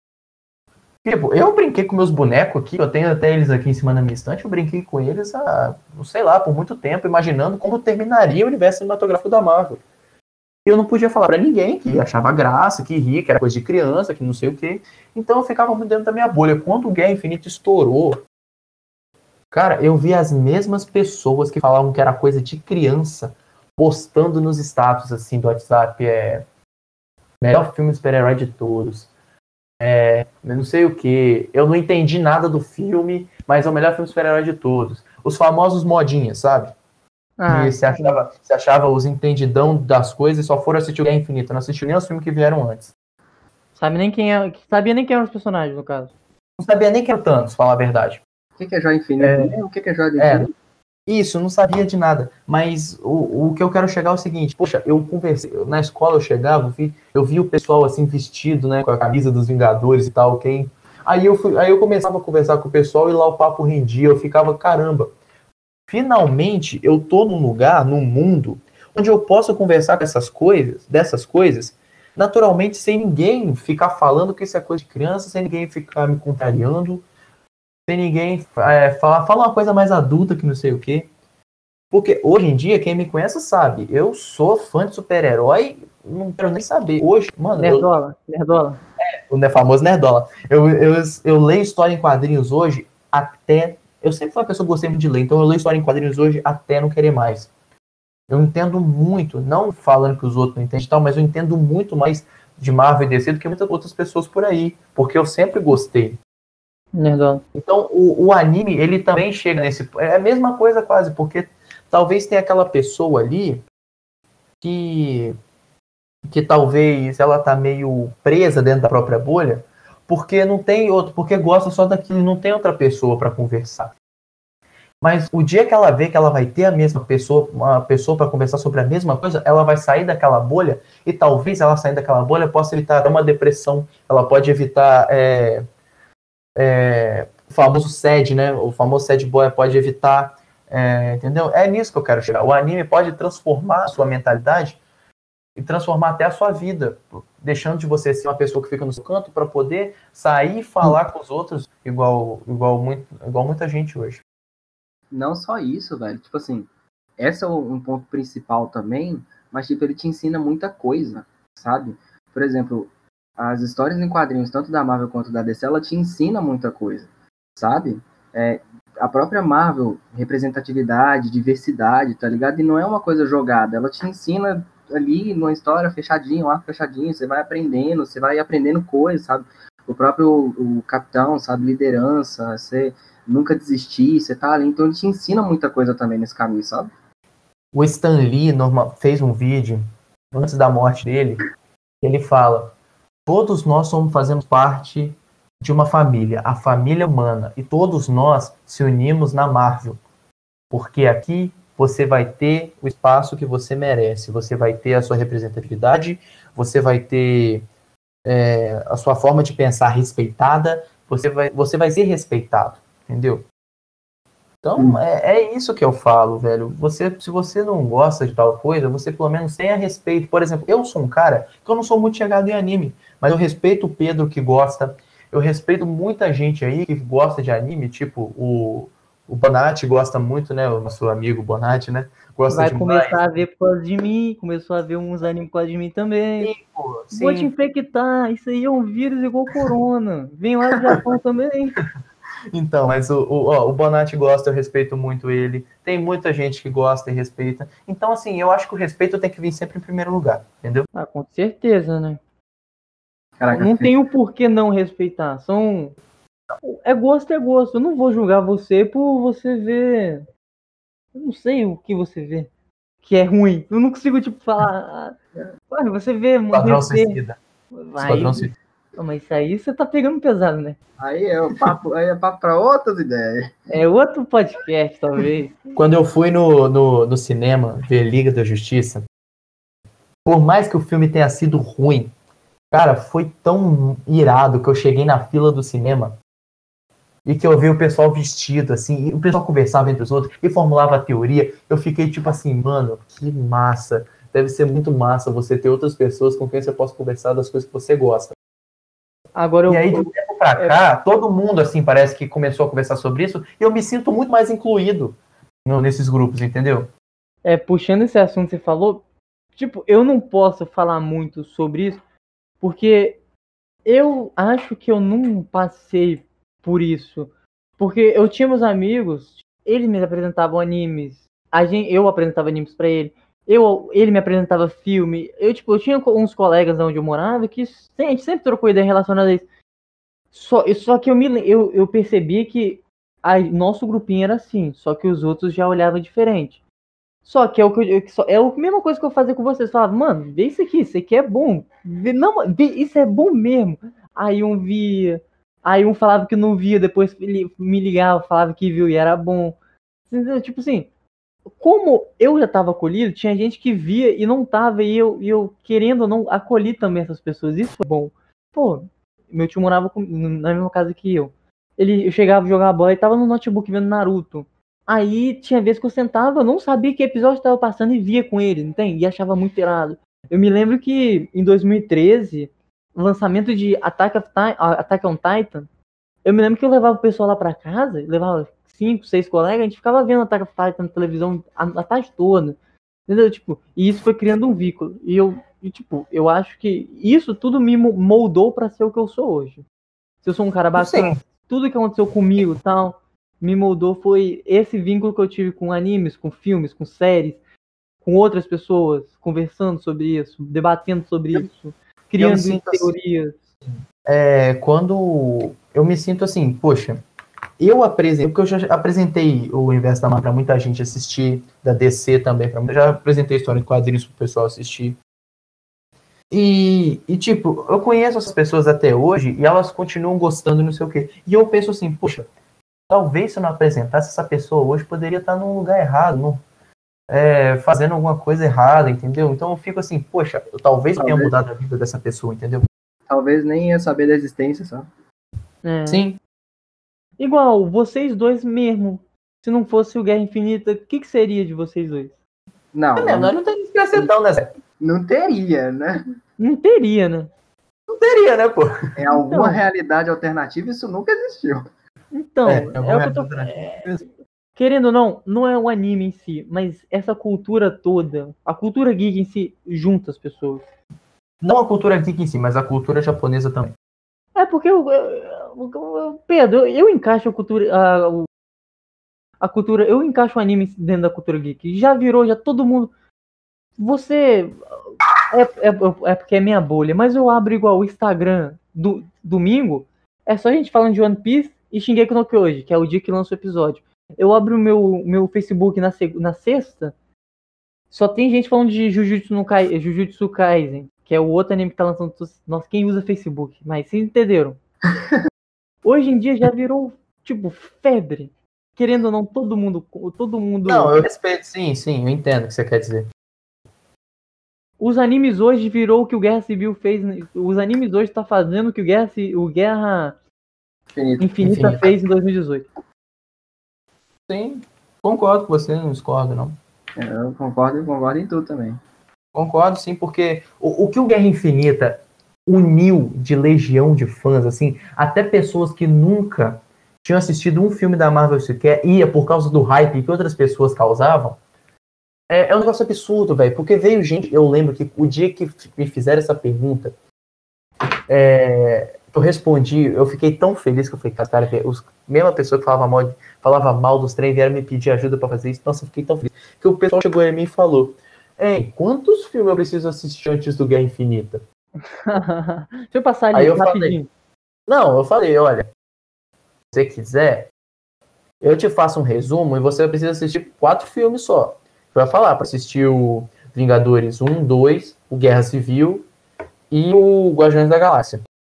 Tipo, eu brinquei com meus bonecos aqui, eu tenho até eles aqui em cima da minha estante, eu brinquei com eles há, não sei lá, por muito tempo, imaginando como terminaria o universo cinematográfico da Marvel. E eu não podia falar pra ninguém que achava graça, que ria, que era coisa de criança, que não sei o quê. Então eu ficava muito dentro da minha bolha. Quando o Guerra Infinita estourou, cara, eu vi as mesmas pessoas que falavam que era coisa de criança postando nos status assim do WhatsApp, é melhor filme de super-herói de todos. É, não sei o que. Eu não entendi nada do filme, mas é o melhor filme de super-herói de todos. Os famosos modinhas, sabe? Ah, E você achava, você achava os entendidão das coisas e só foram assistir o Guerra Infinita, não assistiu nem os filmes que vieram antes. sabe nem quem é, sabia nem quem eram os personagens, no caso. Não sabia nem quem era o Thanos, falar a verdade. O que, que é joia infinita? É, O que, que é joia do é, infinito? isso, não sabia de nada. Mas o, o que eu quero chegar é o seguinte, poxa, eu conversei, na escola eu chegava, eu vi, eu vi o pessoal assim vestido, né, com a camisa dos Vingadores e tal, ok? Aí eu, fui, aí eu começava a conversar com o pessoal e lá o papo rendia, eu ficava, caramba, finalmente eu tô num lugar, num mundo, onde eu posso conversar com essas coisas, dessas coisas, naturalmente, sem ninguém ficar falando que isso é coisa de criança, sem ninguém ficar me contrariando, sem ninguém é, falar, fala uma coisa mais adulta que não sei o quê. Porque hoje em dia, quem me conhece sabe, eu sou fã de super-herói, não quero nem saber. Hoje, mano, Nerdola, eu, Nerdola. É, o famoso Nerdola. Eu, eu, eu leio história em quadrinhos hoje até. Eu sempre fui uma pessoa que gostei muito de ler, então eu leio história em quadrinhos hoje até não querer mais. Eu entendo muito, não falando que os outros não entendem e tal, mas eu entendo muito mais de Marvel e D C do que muitas outras pessoas por aí, porque eu sempre gostei. Nerdola. Então, o, o anime, ele também chega nesse... É a mesma coisa quase, porque talvez tenha aquela pessoa ali que, que talvez ela tá meio presa dentro da própria bolha, porque não tem outro, porque gosta só daquilo, não tem outra pessoa para conversar. Mas o dia que ela vê que ela vai ter a mesma pessoa, uma pessoa para conversar sobre a mesma coisa, ela vai sair daquela bolha e talvez ela sair daquela bolha possa evitar uma depressão, ela pode evitar é, é, o famoso sad, né? O famoso sad boy pode evitar, é, entendeu? É nisso que eu quero chegar. O anime pode transformar a sua mentalidade e transformar até a sua vida, deixando de você ser uma pessoa que fica no seu canto para poder sair e falar com os outros igual, igual, muito, igual muita gente hoje. Não só isso, velho. Tipo assim, esse é um ponto principal também, mas, tipo, ele te ensina muita coisa, sabe? Por exemplo, as histórias em quadrinhos, tanto da Marvel quanto da D C, ela te ensina muita coisa, sabe? É, a própria Marvel, representatividade, diversidade, tá ligado? E não é uma coisa jogada, ela te ensina ali numa história fechadinha, um arco fechadinho, você vai aprendendo, você vai aprendendo coisas, sabe? O próprio o capitão, sabe? Liderança, você nunca desistir, você tá ali, então ele te ensina muita coisa também nesse caminho, sabe? O Stan Lee norma, fez um vídeo antes da morte dele, ele fala: todos nós somos, fazemos parte de uma família, a família humana, e todos nós se unimos na Marvel, porque aqui você vai ter o espaço que você merece, você vai ter a sua representatividade, você vai ter é, a sua forma de pensar respeitada, você vai, você vai ser respeitado, entendeu? Então, hum. é, é isso que eu falo, velho. Você, se você não gosta de tal coisa, você pelo menos tenha respeito. Por exemplo, eu sou um cara que eu não sou muito chegado em anime, mas eu respeito o Pedro que gosta, eu respeito muita gente aí que gosta de anime, tipo o, o Bonatti gosta muito, né? O nosso amigo Bonatti, né? Gosta vai demais. começar a ver por causa de mim, começou a ver uns animes por causa de mim também. Sim, pô, sim. Vou te infectar, isso aí é um vírus igual corona. Vem lá do Japão também. Então, mas o, o, ó, o Bonatti gosta, eu respeito muito ele. Tem muita gente que gosta e respeita. Então, assim, eu acho que o respeito tem que vir sempre em primeiro lugar, entendeu? Ah, com certeza, né? Caraca, não tem o porquê não respeitar. São... É gosto, é gosto. Eu não vou julgar você por você ver... Eu não sei o que você vê que é ruim. Eu não consigo, tipo, falar... Ah, você vê... Esquadrão Suicida. Esquadrão Suicida. Mas isso aí você tá pegando pesado, né? Aí é o papo, aí é papo para outras ideias. É outro podcast, talvez. Quando eu fui no, no, no cinema ver Liga da Justiça, por mais que o filme tenha sido ruim, cara, foi tão irado que eu cheguei na fila do cinema e que eu vi o pessoal vestido, assim, e o pessoal conversava entre os outros e formulava a teoria. Eu fiquei tipo assim, mano, que massa. Deve ser muito massa você ter outras pessoas com quem você possa conversar das coisas que você gosta. Agora eu, e aí, de um tempo pra é... cá, todo mundo, assim, parece que começou a conversar sobre isso, e eu me sinto muito mais incluído no, nesses grupos, entendeu? É, puxando esse assunto que você falou, tipo, eu não posso falar muito sobre isso, porque eu acho que eu não passei por isso. Porque eu tinha meus amigos, eles me apresentavam animes, a gente, eu apresentava animes pra ele, eu, ele me apresentava filme. Eu, tipo, eu tinha uns colegas onde eu morava que a gente sempre trocou ideia relacionada a isso. Só, só que eu, me, eu, eu percebi que a, nosso grupinho era assim, só que os outros já olhavam diferente. Só que é, o que eu, só, é a mesma coisa que eu fazia com vocês. Falava, mano, vê isso aqui, isso aqui é bom. Vê, não, vê, isso é bom mesmo. Aí um via, aí um falava que não via, depois me ligava, falava que viu e era bom. Tipo assim, como eu já estava acolhido, tinha gente que via e não tava, e eu, e eu querendo ou não, acolhi também essas pessoas. Isso foi bom. Pô, meu tio morava com, na mesma casa que eu. Ele, eu chegava a jogar bola e tava no notebook vendo Naruto. Aí tinha vezes que eu sentava, eu não sabia que episódio estava passando e via com ele, entende? E achava muito irado. Eu me lembro que em dois mil e treze, o lançamento de Attack, of Titan, Attack on Titan, eu me lembro que eu levava o pessoal lá pra casa, levava cinco, seis colegas, a gente ficava vendo Attack of Titan na televisão a, a tarde toda, entendeu? Tipo, e isso foi criando um vínculo. E eu, e, tipo, eu acho que isso tudo me moldou pra ser o que eu sou hoje. Se eu sou um cara bacana, tudo que aconteceu comigo e tal, me moldou foi esse vínculo que eu tive com animes, com filmes, com séries, com outras pessoas, conversando sobre isso, debatendo sobre isso, criando teorias. Assim, é, quando eu me sinto assim, poxa, eu apresentei, porque eu já apresentei o Universo da Marvel para muita gente assistir, da D C também, pra, eu já apresentei história de quadrinhos pro pessoal assistir. E, e, tipo, eu conheço essas pessoas até hoje e elas continuam gostando, não sei o quê. E eu penso assim, poxa, talvez se eu não apresentasse essa pessoa hoje, poderia estar num lugar errado, no, é, fazendo alguma coisa errada, entendeu? Então eu fico assim, poxa, eu, talvez eu tenha mudado a vida dessa pessoa, entendeu? Talvez nem ia saber da existência, sabe? É. Sim. Igual, vocês dois mesmo. Se não fosse o Guerra Infinita, o que, que seria de vocês dois? Não, é, nós não temos que ser tão, né, Zé? Não teria, né? Não teria, né? Não teria, né, pô? Em alguma então, realidade alternativa, isso nunca existiu. Então, é, é o que eu tô... É... querendo ou não, não é um anime em si, mas essa cultura toda, a cultura geek em si, junta as pessoas. Não a cultura geek em si, mas a cultura japonesa também. É porque, eu, eu, eu- Pedro, eu, eu encaixo a cultura, a, o- a cultura, eu encaixo o anime dentro da cultura geek. Já virou, já todo mundo. Você. É, é, é porque é minha bolha, mas eu abro igual o Instagram do domingo, é só a gente falando de One Piece e Shingeki no Kyojin, que é o dia que lança o episódio. Eu abro o meu, meu Facebook na, seg- na sexta, só tem gente falando de Jujutsu, no Kai, Jujutsu Kaisen, que é o outro anime que tá lançando. Nossa, quem usa Facebook? Mas vocês entenderam. Hoje em dia já virou, tipo, febre. Querendo ou não, todo mundo. Todo mundo. Não, eu respeito, sim, sim, eu entendo o que você quer dizer. Os animes hoje virou o que o Guerra Civil fez. Os animes hoje tá fazendo o que o Guerra, o Guerra Infinito. Infinita, Infinita. fez em dois mil e dezoito. Sim, concordo com você, não discordo, não. É, eu concordo, eu concordo em tudo também. Concordo, sim, porque o, o que o Guerra Infinita uniu de legião de fãs, assim, até pessoas que nunca tinham assistido um filme da Marvel sequer, ia por causa do hype que outras pessoas causavam, é, é um negócio absurdo, velho, porque veio gente, eu lembro que o dia que me fizeram essa pergunta, é, eu respondi, eu fiquei tão feliz que eu falei, cara, os, mesma pessoa que falava mal, falava mal dos trem vieram me pedir ajuda pra fazer isso, nossa, eu fiquei tão feliz, que o pessoal chegou em mim e falou, ei, quantos filmes eu preciso assistir antes do Guerra Infinita? Deixa eu passar ali Aí eu rapidinho. falei, não, eu falei, olha, se você quiser, eu te faço um resumo e você precisa assistir quatro filmes só. Você vai falar para assistir o Vingadores um, dois, o Guerra Civil e o Guardiões da Galáxia.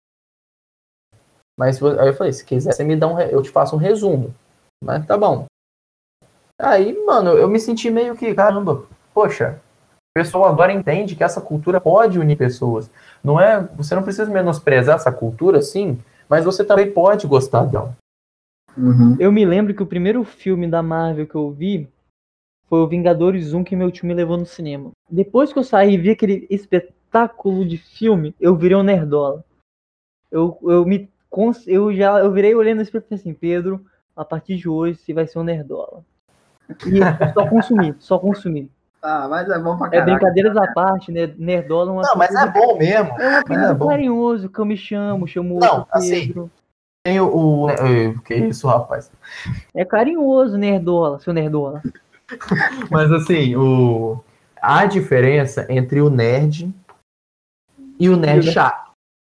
Mas aí eu falei, se quiser, você me dá um, eu te faço um resumo. Mas tá bom. Aí, mano, eu me senti meio que, caramba, poxa, o pessoal agora entende que essa cultura pode unir pessoas. Não é, você não precisa menosprezar essa cultura, sim, mas você também pode gostar dela. Uhum. Eu me lembro que o primeiro filme da Marvel que eu vi foi o Vingadores um, que meu tio me levou no cinema. Depois que eu saí e vi aquele espetáculo de filme, eu virei um nerdola. Eu, eu me eu já eu virei olhando esse filme assim, Pedro, a partir de hoje você vai ser um nerdola. E só consumir, só consumir. Ah, mas é bom pra É caraca. brincadeiras à parte, né? Nerdola é uma Não, mas é bom mesmo. é um apelido é bom. carinhoso que eu me chamo, chamo Não, outro assim, Pedro. Tem o, o, o... Que isso, rapaz? É carinhoso, nerdola, seu nerdola. Mas assim, o... a diferença entre o nerd e o nerd E o chato.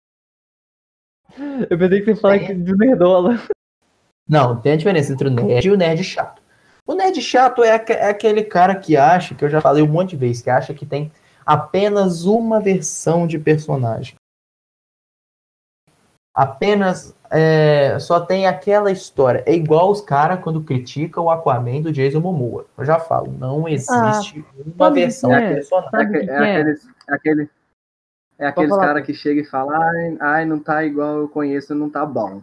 Eu pensei que você fala Tem. do nerdola. Não, tem a diferença entre o nerd e o nerd chato. O nerd chato é, aque- é aquele cara que acha, que eu já falei um monte de vezes, que acha que tem apenas uma versão de personagem. Apenas é, só tem aquela história. É igual os caras quando criticam o Aquaman do Jason Momoa. Eu já falo, não existe uma sabe o que versão que de é? personagem. É, Sabe o aque- que é que é? aqueles, é aquele, é aqueles falar, caras pô. que chegam e falam, ai, ai, não tá igual eu conheço, não tá bom.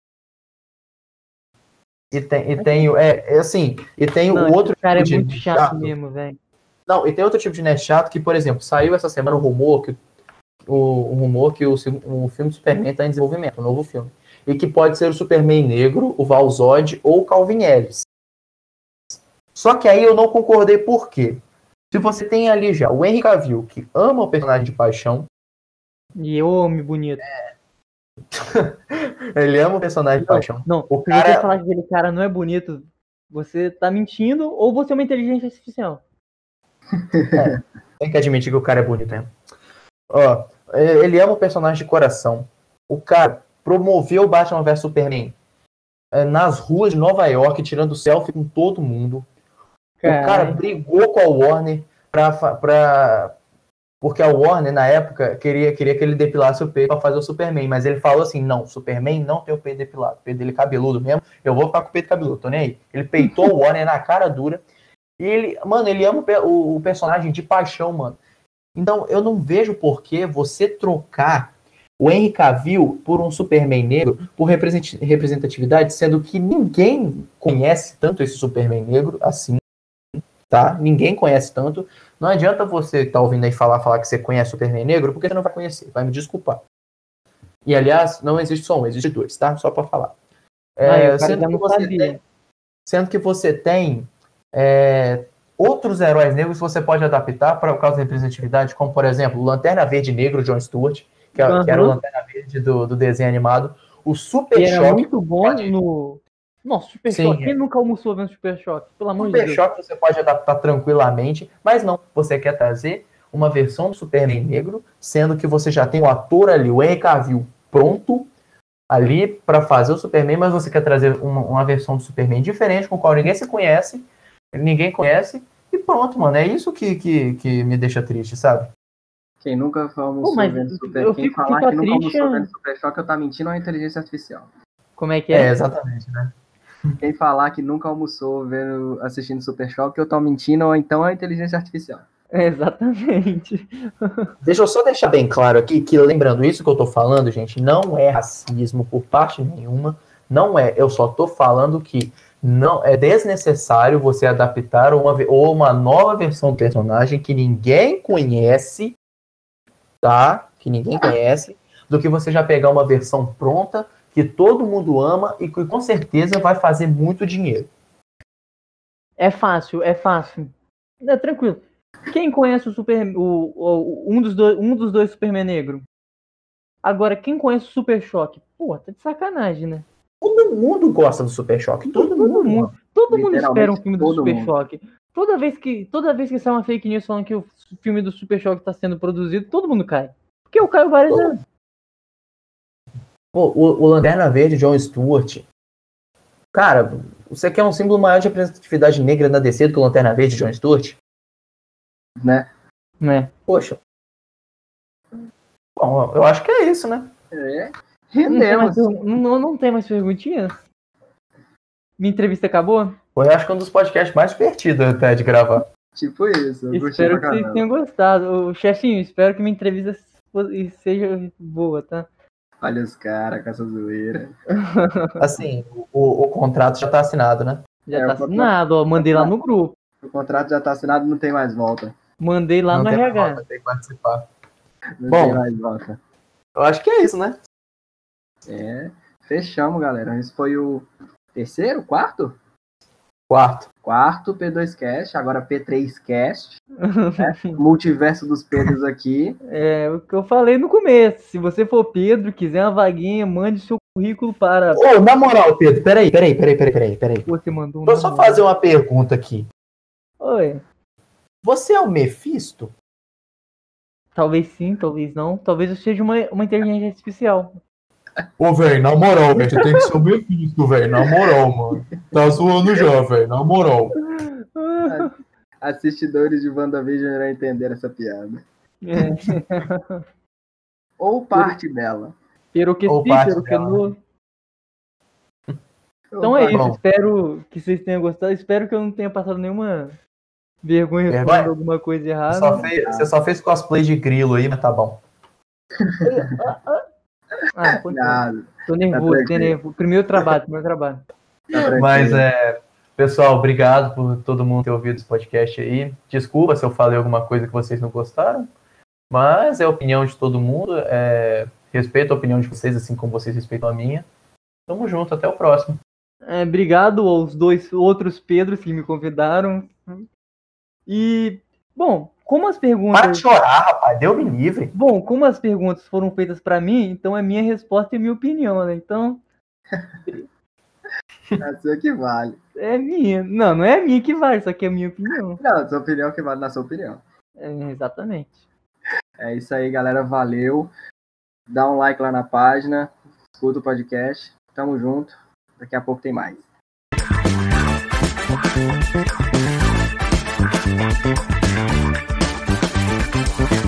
E tem, e tem o- é, é assim, e tem Não, o outro esse cara é tipo de muito nerd chato mesmo, velho. Não, e tem outro tipo de nerd chato que, por exemplo, saiu essa semana o rumor que o, o rumor que o, seg- o filme do Superman está em desenvolvimento, um novo filme. E que pode ser o Superman negro, o Val Zod ou o Calvin Ellis. Só que aí eu não concordei por quê? Se você tem ali já o Henry Cavill, que ama o personagem de paixão, E eu, homem bonito. ele ama o personagem de Não, paixão. não, O se você cara, falar que aquele cara não é bonito, você tá mentindo ou você é uma inteligência artificial. tem que admitir que o cara é bonito mesmo. Ó, ele ama o personagem de coração. O cara promoveu o Batman versus Superman é, nas ruas de Nova York, tirando selfie com todo mundo. O cara Caralho. brigou com a Warner pra, fa- pra, porque a Warner, na época, queria, queria que ele depilasse o peito pra fazer o Superman. Mas ele falou assim, não, Superman não tem o peito depilado. O peito dele é cabeludo mesmo, eu vou ficar com o peito cabeludo, tô nem aí. Ele peitou o Warner na cara dura. E ele, mano, ele ama o, pe- o, o personagem de paixão, mano. Então, eu não vejo por que você trocar o Henry Cavill por um Superman negro por represent- representatividade, sendo que ninguém conhece tanto esse Superman negro assim, tá? Ninguém conhece tanto. Não adianta você estar tá ouvindo aí falar, falar que você conhece o Superman negro, porque você não vai conhecer, vai me desculpar. E, aliás, não existe só um, existe dois, tá? Só pra falar. Ah, É, o cara sendo já que não você sabia. tem, sendo que você tem é, outros heróis negros que você pode adaptar para o caso da representatividade, como, por exemplo, o Lanterna Verde Negro, John Stewart, que, uhum. que era o Lanterna Verde do, do desenho animado, o Super Choque. Era muito bom pode... no... Nossa, Super Sim, Choque. Quem é. nunca almoçou vendo Super Choque? Pelo amor Super de Deus. Choque você pode adaptar tranquilamente, mas não, você quer trazer uma versão do Superman negro, sendo que você já tem o ator ali, o Henry Cavill, pronto ali para fazer o Superman, mas você quer trazer uma, uma versão do Superman diferente, com a qual ninguém se conhece, ninguém conhece, e pronto, mano. É isso que, que, que me deixa triste, sabe? Quem nunca almoçou Pô, vendo Super eu Quem fico, falar fico que nunca triste, almoçou vendo Super Choque, eu tá mentindo, é uma inteligência artificial. Como é que é? É, exatamente, né? Quem falar que nunca almoçou vendo, assistindo Super Choque, eu tô mentindo, ou então é inteligência artificial. É, exatamente. Deixa eu só deixar bem claro aqui que, lembrando, isso que eu tô falando, gente, não é racismo por parte nenhuma, não é, eu só tô falando que não é desnecessário você adaptar uma, ou uma nova versão do personagem que ninguém conhece, tá? Que ninguém conhece, do que você já pegar uma versão pronta que todo mundo ama e que com certeza vai fazer muito dinheiro. É fácil, é fácil. É tranquilo. Quem conhece o Super, o, o, um, dos dois, um dos dois Superman negro? Agora, quem conhece o Super Choque? Pô, tá de sacanagem, né? Todo mundo gosta do Super Choque. Todo, todo mundo. mundo todo mundo espera um filme do Super mundo. Choque. Toda vez que, toda vez que sai uma fake news falando que o filme do Super Choque tá sendo produzido, todo mundo cai. Porque eu caio várias vezes. Pô, o, o Lanterna Verde, John Stewart. Cara, você quer um símbolo maior de representatividade negra na D C do que o Lanterna Verde, John Stewart? Né? Né? Poxa. Bom, eu acho que é isso, né? É. Rendemos. Não, não, não tem mais perguntinhas? Minha entrevista acabou? Foi, acho que um dos podcasts mais divertidos até de gravar. Tipo isso. Eu espero que vocês tenham gostado. O chefinho, espero que minha entrevista seja boa, tá? Olha os caras com essa zoeira. Assim, o, o contrato já tá assinado, né? Já é, tá assinado, ó. Mandei lá no grupo. O contrato já tá assinado, não tem mais volta. Mandei lá não no tem R H. Volta, tem que participar. Não Bom, tem mais volta. Eu acho que é isso, né? É. Fechamos, galera. Esse foi o terceiro, quarto? Quarto. Quarto P dois Cast, agora P três Cast. Né? Multiverso dos Pedros aqui. É o que eu falei no começo. Se você for Pedro, quiser uma vaguinha, mande seu currículo para... Ô, oh, na moral, Pedro, peraí, peraí, peraí, peraí, peraí, peraí. Você mandou um Deixa eu só fazer uma pergunta aqui. Oi. Você é o Mephisto? Talvez sim, talvez não. Talvez eu seja uma, uma inteligência artificial. Ô, velho, na moral, velho, você tem que ser o Mephisto, velho, na moral, mano. Tá zoando já, velho, na moral. Assistidores de WandaVision irão entender essa piada. É. Ou parte dela. Pero que Ou sim, parte pero que dela. não. Então é isso, espero que vocês tenham gostado. Espero que eu não tenha passado nenhuma vergonha respondendo alguma coisa errada. Só fez, você só fez cosplay de grilo aí, mas tá bom. Ah, pô, tô nervoso, tô nervoso. Primeiro trabalho, primeiro trabalho. Tá mas é. Pessoal, obrigado por todo mundo ter ouvido esse podcast aí. Desculpa se eu falei alguma coisa que vocês não gostaram, mas é a opinião de todo mundo. É... Respeito a opinião de vocês, assim como vocês respeitam a minha. Tamo junto, até o próximo. É, obrigado aos dois outros Pedros que me convidaram. E, bom, como as perguntas... Para de chorar, rapaz, deu me livre. Bom, como as perguntas foram feitas para mim, então é minha resposta e minha opinião, né? Então... É a sua que vale. É minha. Não, não é a minha que vale, só que é a minha opinião. Não, a sua opinião que vale na sua opinião. É, exatamente. É isso aí, galera. Valeu. Dá um like lá na página. Escuta o podcast. Tamo junto. Daqui a pouco tem mais. Thank you.